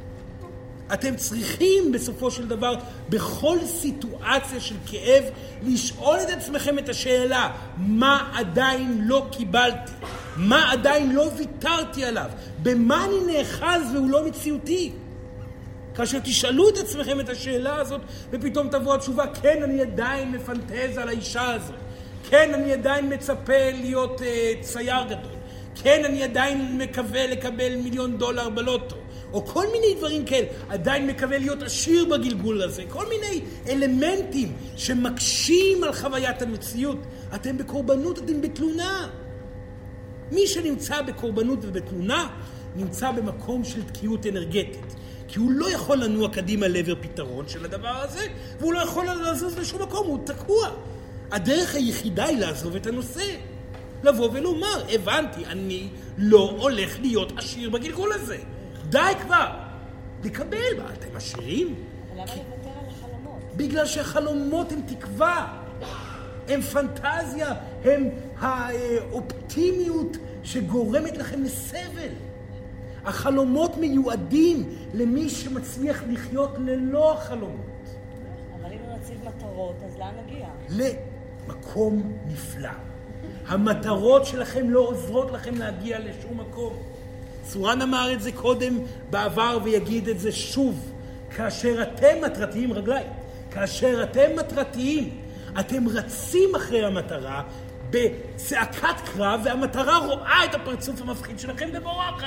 אתם צריכים בסופו של דבר בכל סיטואציה של כאב לשאול את עצמכם את השאלה, מה עדיין לא קיבלתי? מה עדיין לא ויתרתי עליו? במה אני נאחז והוא לא מציאותי? כאשר תשאלו את עצמכם את השאלה הזאת ופתאום תבוא התשובה, כן אני עדיין מפנטז על האישה הזאת, כן אני עדיין מצפה להיות צייר גדול, כן אני עדיין מקווה לקבל $1,000,000 בלוטו, או כל מיני דברים כאלה, עדיין מקווה להיות עשיר בגלגול הזה, כל מיני אלמנטים שמקשים על חוויית המציאות. אתם בקורבנות, אתם בתלונה. מי שנמצא בקורבנות ובתלונה נמצא במקום של תקיעות אנרגטית, כי הוא לא יכול לנוע קדימה לעבר פתרון של הדבר הזה, והוא לא יכול לזוז לשום מקום, הוא תקוע. הדרך היחידה היא לעזוב את הנושא, לבוא ולומר, הבנתי, אני לא הולך להיות עשיר בגלגול הזה. די כבר. לקבל בה, אתם עשירים? למה לוותר על החלומות? בגלל שהחלומות הם תקווה, הם פנטזיה, הם האופטימיות שגורמת לכם לסבל. החלומות מיועדים למי שמצליח לחיות ללא החלומות. אבל אם נציב מטרות, אז לאן נגיע? למקום נפלא. המטרות שלכם לא עוזרות לכם להגיע לשום מקום. סורן אמר את זה קודם בעבר ויגיד את זה שוב. כאשר אתם מטרתיים, רגליים, כאשר אתם מטרתיים, אתם רצים אחרי המטרה בצעקת קרב, והמטרה רואה את הפרצוף המפחיד שלכם ובורחת.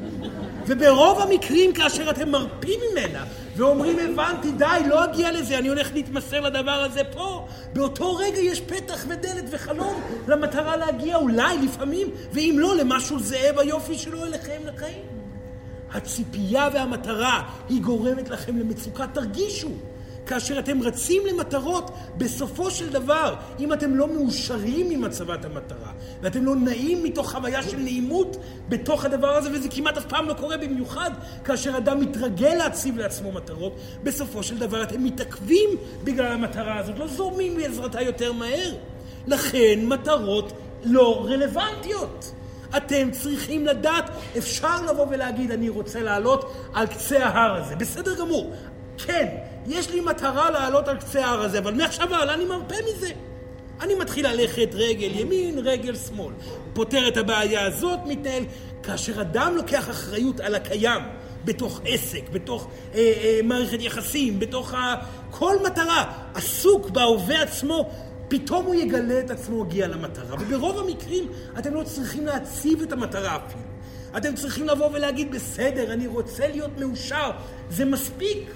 וברוב המקרים כאשר אתם מרפים ממנה ואומרים הבנתי, די, לא אגיע לזה, אני הולך להתמסר לדבר הזה פה, באותו רגע יש פתח ודלת וחלום למטרה להגיע אולי לפעמים, ואם לא למשהו זהה ביופי שלו אליכם לחיים. הציפייה והמטרה היא גורמת לכם למצוקה. תרגישו כאשר אתם רצים למטרות, בסופו של דבר, אם אתם לא מאושרים ממצבת המטרה, ואתם לא נעים מתוך חוויה של נעימות בתוך הדבר הזה, וזה כמעט אף פעם לא קורה, במיוחד כאשר אדם מתרגל להציב לעצמו מטרות, בסופו של דבר אתם מתעכבים בגלל המטרה הזאת, לא זורמים בעזרתה יותר מהר. לכן מטרות לא רלוונטיות. אתם צריכים לדעת, אפשר לבוא ולהגיד, אני רוצה לעלות על קצה ההר הזה. בסדר גמור. כן, יש לי מטרה לעלות על קצה ההר הזה, אבל מעכשיו והלאה אני מרפה מזה. אני מתחיל ללכת רגל ימין, רגל שמאל. פותר את הבעיה הזאת, מתנהל. כאשר אדם לוקח אחריות על הקיים, בתוך עסק, בתוך מערכת יחסים, בתוך כל מטרה, עסוק בהווה עצמו, פתאום הוא יגלה את עצמו הגיע למטרה. וברוב המקרים אתם לא צריכים להציב את המטרה אפילו. אתם צריכים לבוא ולהגיד, בסדר, אני רוצה להיות מאושר. זה מספיק.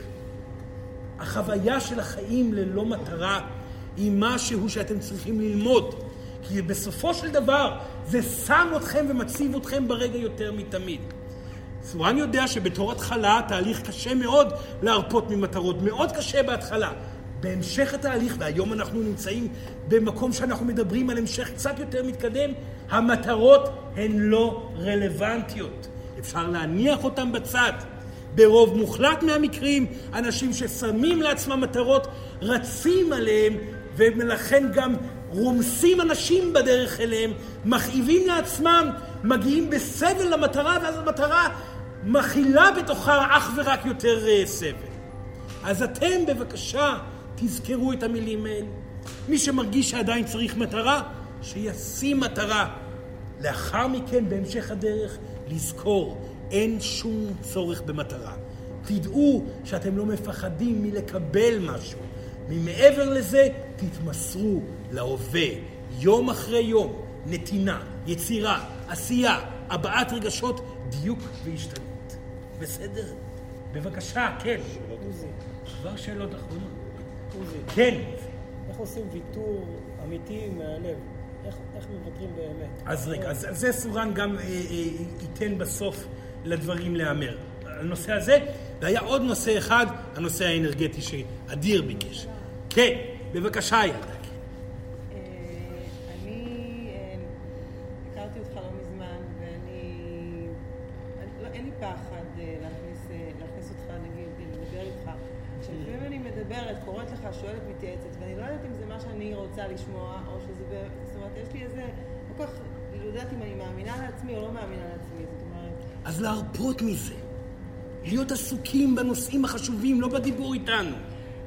החוויה של החיים ללא מטרה היא משהו שאתם צריכים ללמוד. כי בסופו של דבר זה שם אתכם ומציב אתכם ברגע יותר מתמיד. סורן יודע שבתור התחלה תהליך קשה מאוד להרפות ממטרות, מאוד קשה בהתחלה. בהמשך התהליך, והיום אנחנו נמצאים במקום שאנחנו מדברים על המשך קצת יותר מתקדם, המטרות הן לא רלוונטיות. אפשר להניח אותם בצד. ברוב מוחלט מהמקרים, אנשים ששמים לעצמם מטרות רצים עליהם, ולכן גם רומסים אנשים בדרך אליהם, מכאיבים לעצמם, מגיעים בסבל למטרה, ואז המטרה מכילה בתוכה אך ורק יותר סבל. אז אתם בבקשה תזכרו את המילים האלה. מי שמרגיש שעדיין צריך מטרה, שישים מטרה. לאחר מכן, בהמשך הדרך, לזכור, אין שום צורך במטרה. תדעו שאתם לא מפחדים מלקבל משהו. ממעבר לזה, תתמסרו להווה, יום אחרי יום, נתינה, יצירה, עשייה, הבעת רגשות, דיוק והשתנות. בסדר? בבקשה, כן. עוזי. כבר שאלות אחרונות. עוזי. כן. איך עושים ויתור אמיתי מהלב? איך מוותרים באמת? אז רגע, אז זה סורן גם ייתן בסוף לדברים להיאמר. הנושא הזה, והיה עוד נושא אחד, הנושא האנרגטי שאדיר ביקש. כן, בבקשה ילדה. אני הכרתי אותך לא מזמן, אין לי פחד להכניס אותך, נגיד, לדבר איתך. כשלפעמים אני מדברת, קוראת לך, שואלת, מתייעצת, ואני לא יודעת אם זה מה שאני רוצה לשמוע, או שזה, זאת אומרת, יש לי איזה, לא כך, לא יודעת אם אני מאמינה לעצמי או לא מאמינה לעצמי, זאת אומרת. אז להרפות מזה. להיות עסוקים בנושאים החשובים, לא בדיבור איתנו.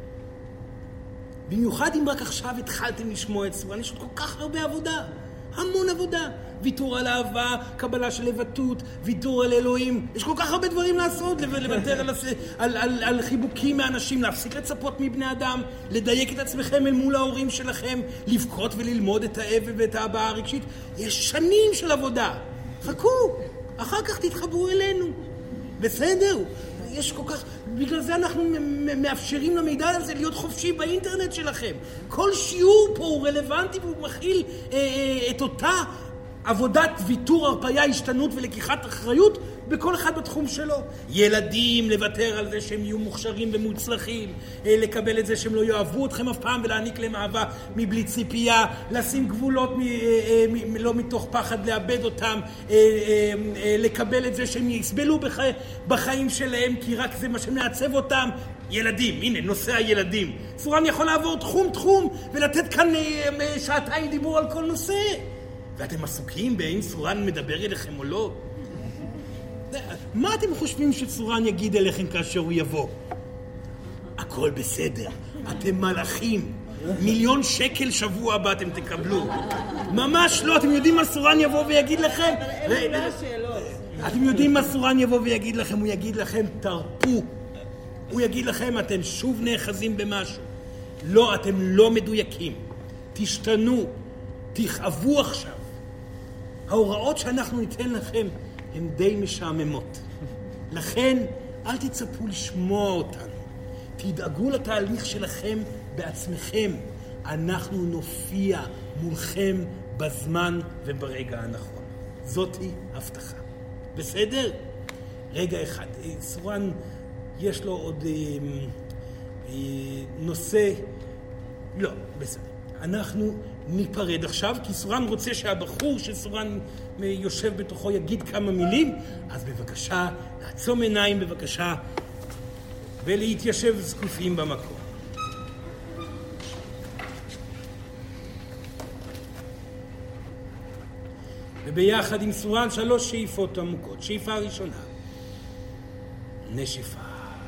במיוחד אם רק עכשיו התחלתם לשמוע את סורן, יש עוד כל כך הרבה עבודה. המון עבודה. ויתור על אהבה, קבלה של לבטות, ויתור על אלוהים. יש כל כך הרבה דברים לעשות, לוותר על חיבוקים מאנשים, להפסיק לצפות מבני אדם, לדייק את עצמכם אל מול ההורים שלכם, לבכות וללמוד את האבל ואת ההבעה הרגשית. יש שנים של עבודה. חכו, אחר כך תתחברו אלינו. בסדר? יש כל כך... בגלל זה אנחנו מאפשרים למידע הזה להיות חופשי באינטרנט שלכם. כל שיעור פה הוא רלוונטי והוא מכיל את אותה עבודת ויתור, הרפאיה, השתנות ולקיחת אחריות בכל אחד בתחום שלו. ילדים, לוותר על זה שהם יהיו מוכשרים ומוצלחים, לקבל את זה שהם לא יאהבו אתכם אף פעם ולהעניק להם אהבה מבלי ציפייה, לשים גבולות לא מתוך פחד לאבד אותם, לקבל את זה שהם יסבלו בחיים שלהם כי רק זה מה שמעצב אותם. ילדים, הנה נושא הילדים. סורן יכול לעבור תחום ולתת כאן שעתיים דיבור על כל נושא. ואתם עסוקים באין סורן מדבר אליכם או לא? מה אתם חושבים שסורן יגיד אליכם כאשר הוא יבוא? הכל בסדר, אתם מלאכים. 1,000,000 שקל שבוע הבא אתם תקבלו. ממש לא, אתם יודעים מה סורן יבוא ויגיד לכם? אבל אלה השאלות. אתם יודעים מה סורן יבוא ויגיד לכם? הוא יגיד לכם תרפו. הוא יגיד לכם אתם שוב נאחזים במשהו. לא, אתם לא מדויקים. תשתנו, תכאבו עכשיו. ההוראות שאנחנו ניתן לכם הן די משעממות. לכן, אל תצפו לשמוע אותנו. תדאגו לתהליך שלכם בעצמכם. אנחנו נופיע מולכם בזמן וברגע הנכון. זאת היא הבטחה. בסדר? רגע אחד. סורן, יש לו עוד נושא... לא, בסדר. אנחנו ניפרד עכשיו, כי סורן רוצה שהבחור שסורן יושב בתוכו יגיד כמה מילים, אז בבקשה, לעצום עיניים בבקשה, ולהתיישב זקופים במקום. וביחד עם סורן 3 שאיפות עמוקות. שאיפה ראשונה, נשיפה.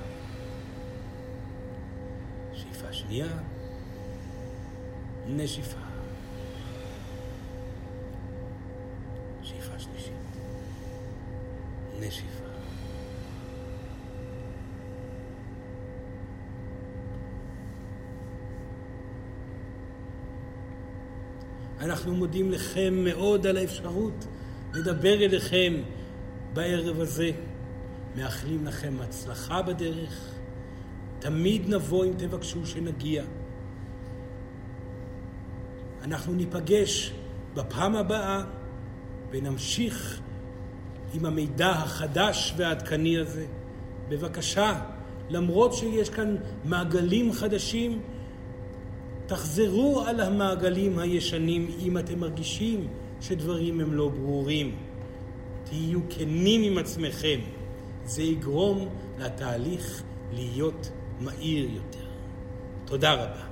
שאיפה שנייה, נשיפה. שאיפה שלישית, נשיפה. אנחנו מודים לכם מאוד על האפשרות לדבר אליכם בערב הזה. מאחלים לכם הצלחה בדרך. תמיד נבוא אם תבקשו שנגיע. אנחנו ניפגש בפעם הבאה ונמשיך עם המידע החדש והעדכני הזה. בבקשה, למרות שיש כאן מעגלים חדשים, תחזרו על המעגלים הישנים אם אתם מרגישים שדברים הם לא ברורים. תהיו כנים עם עצמכם. זה יגרום לתהליך להיות מהיר יותר. תודה רבה.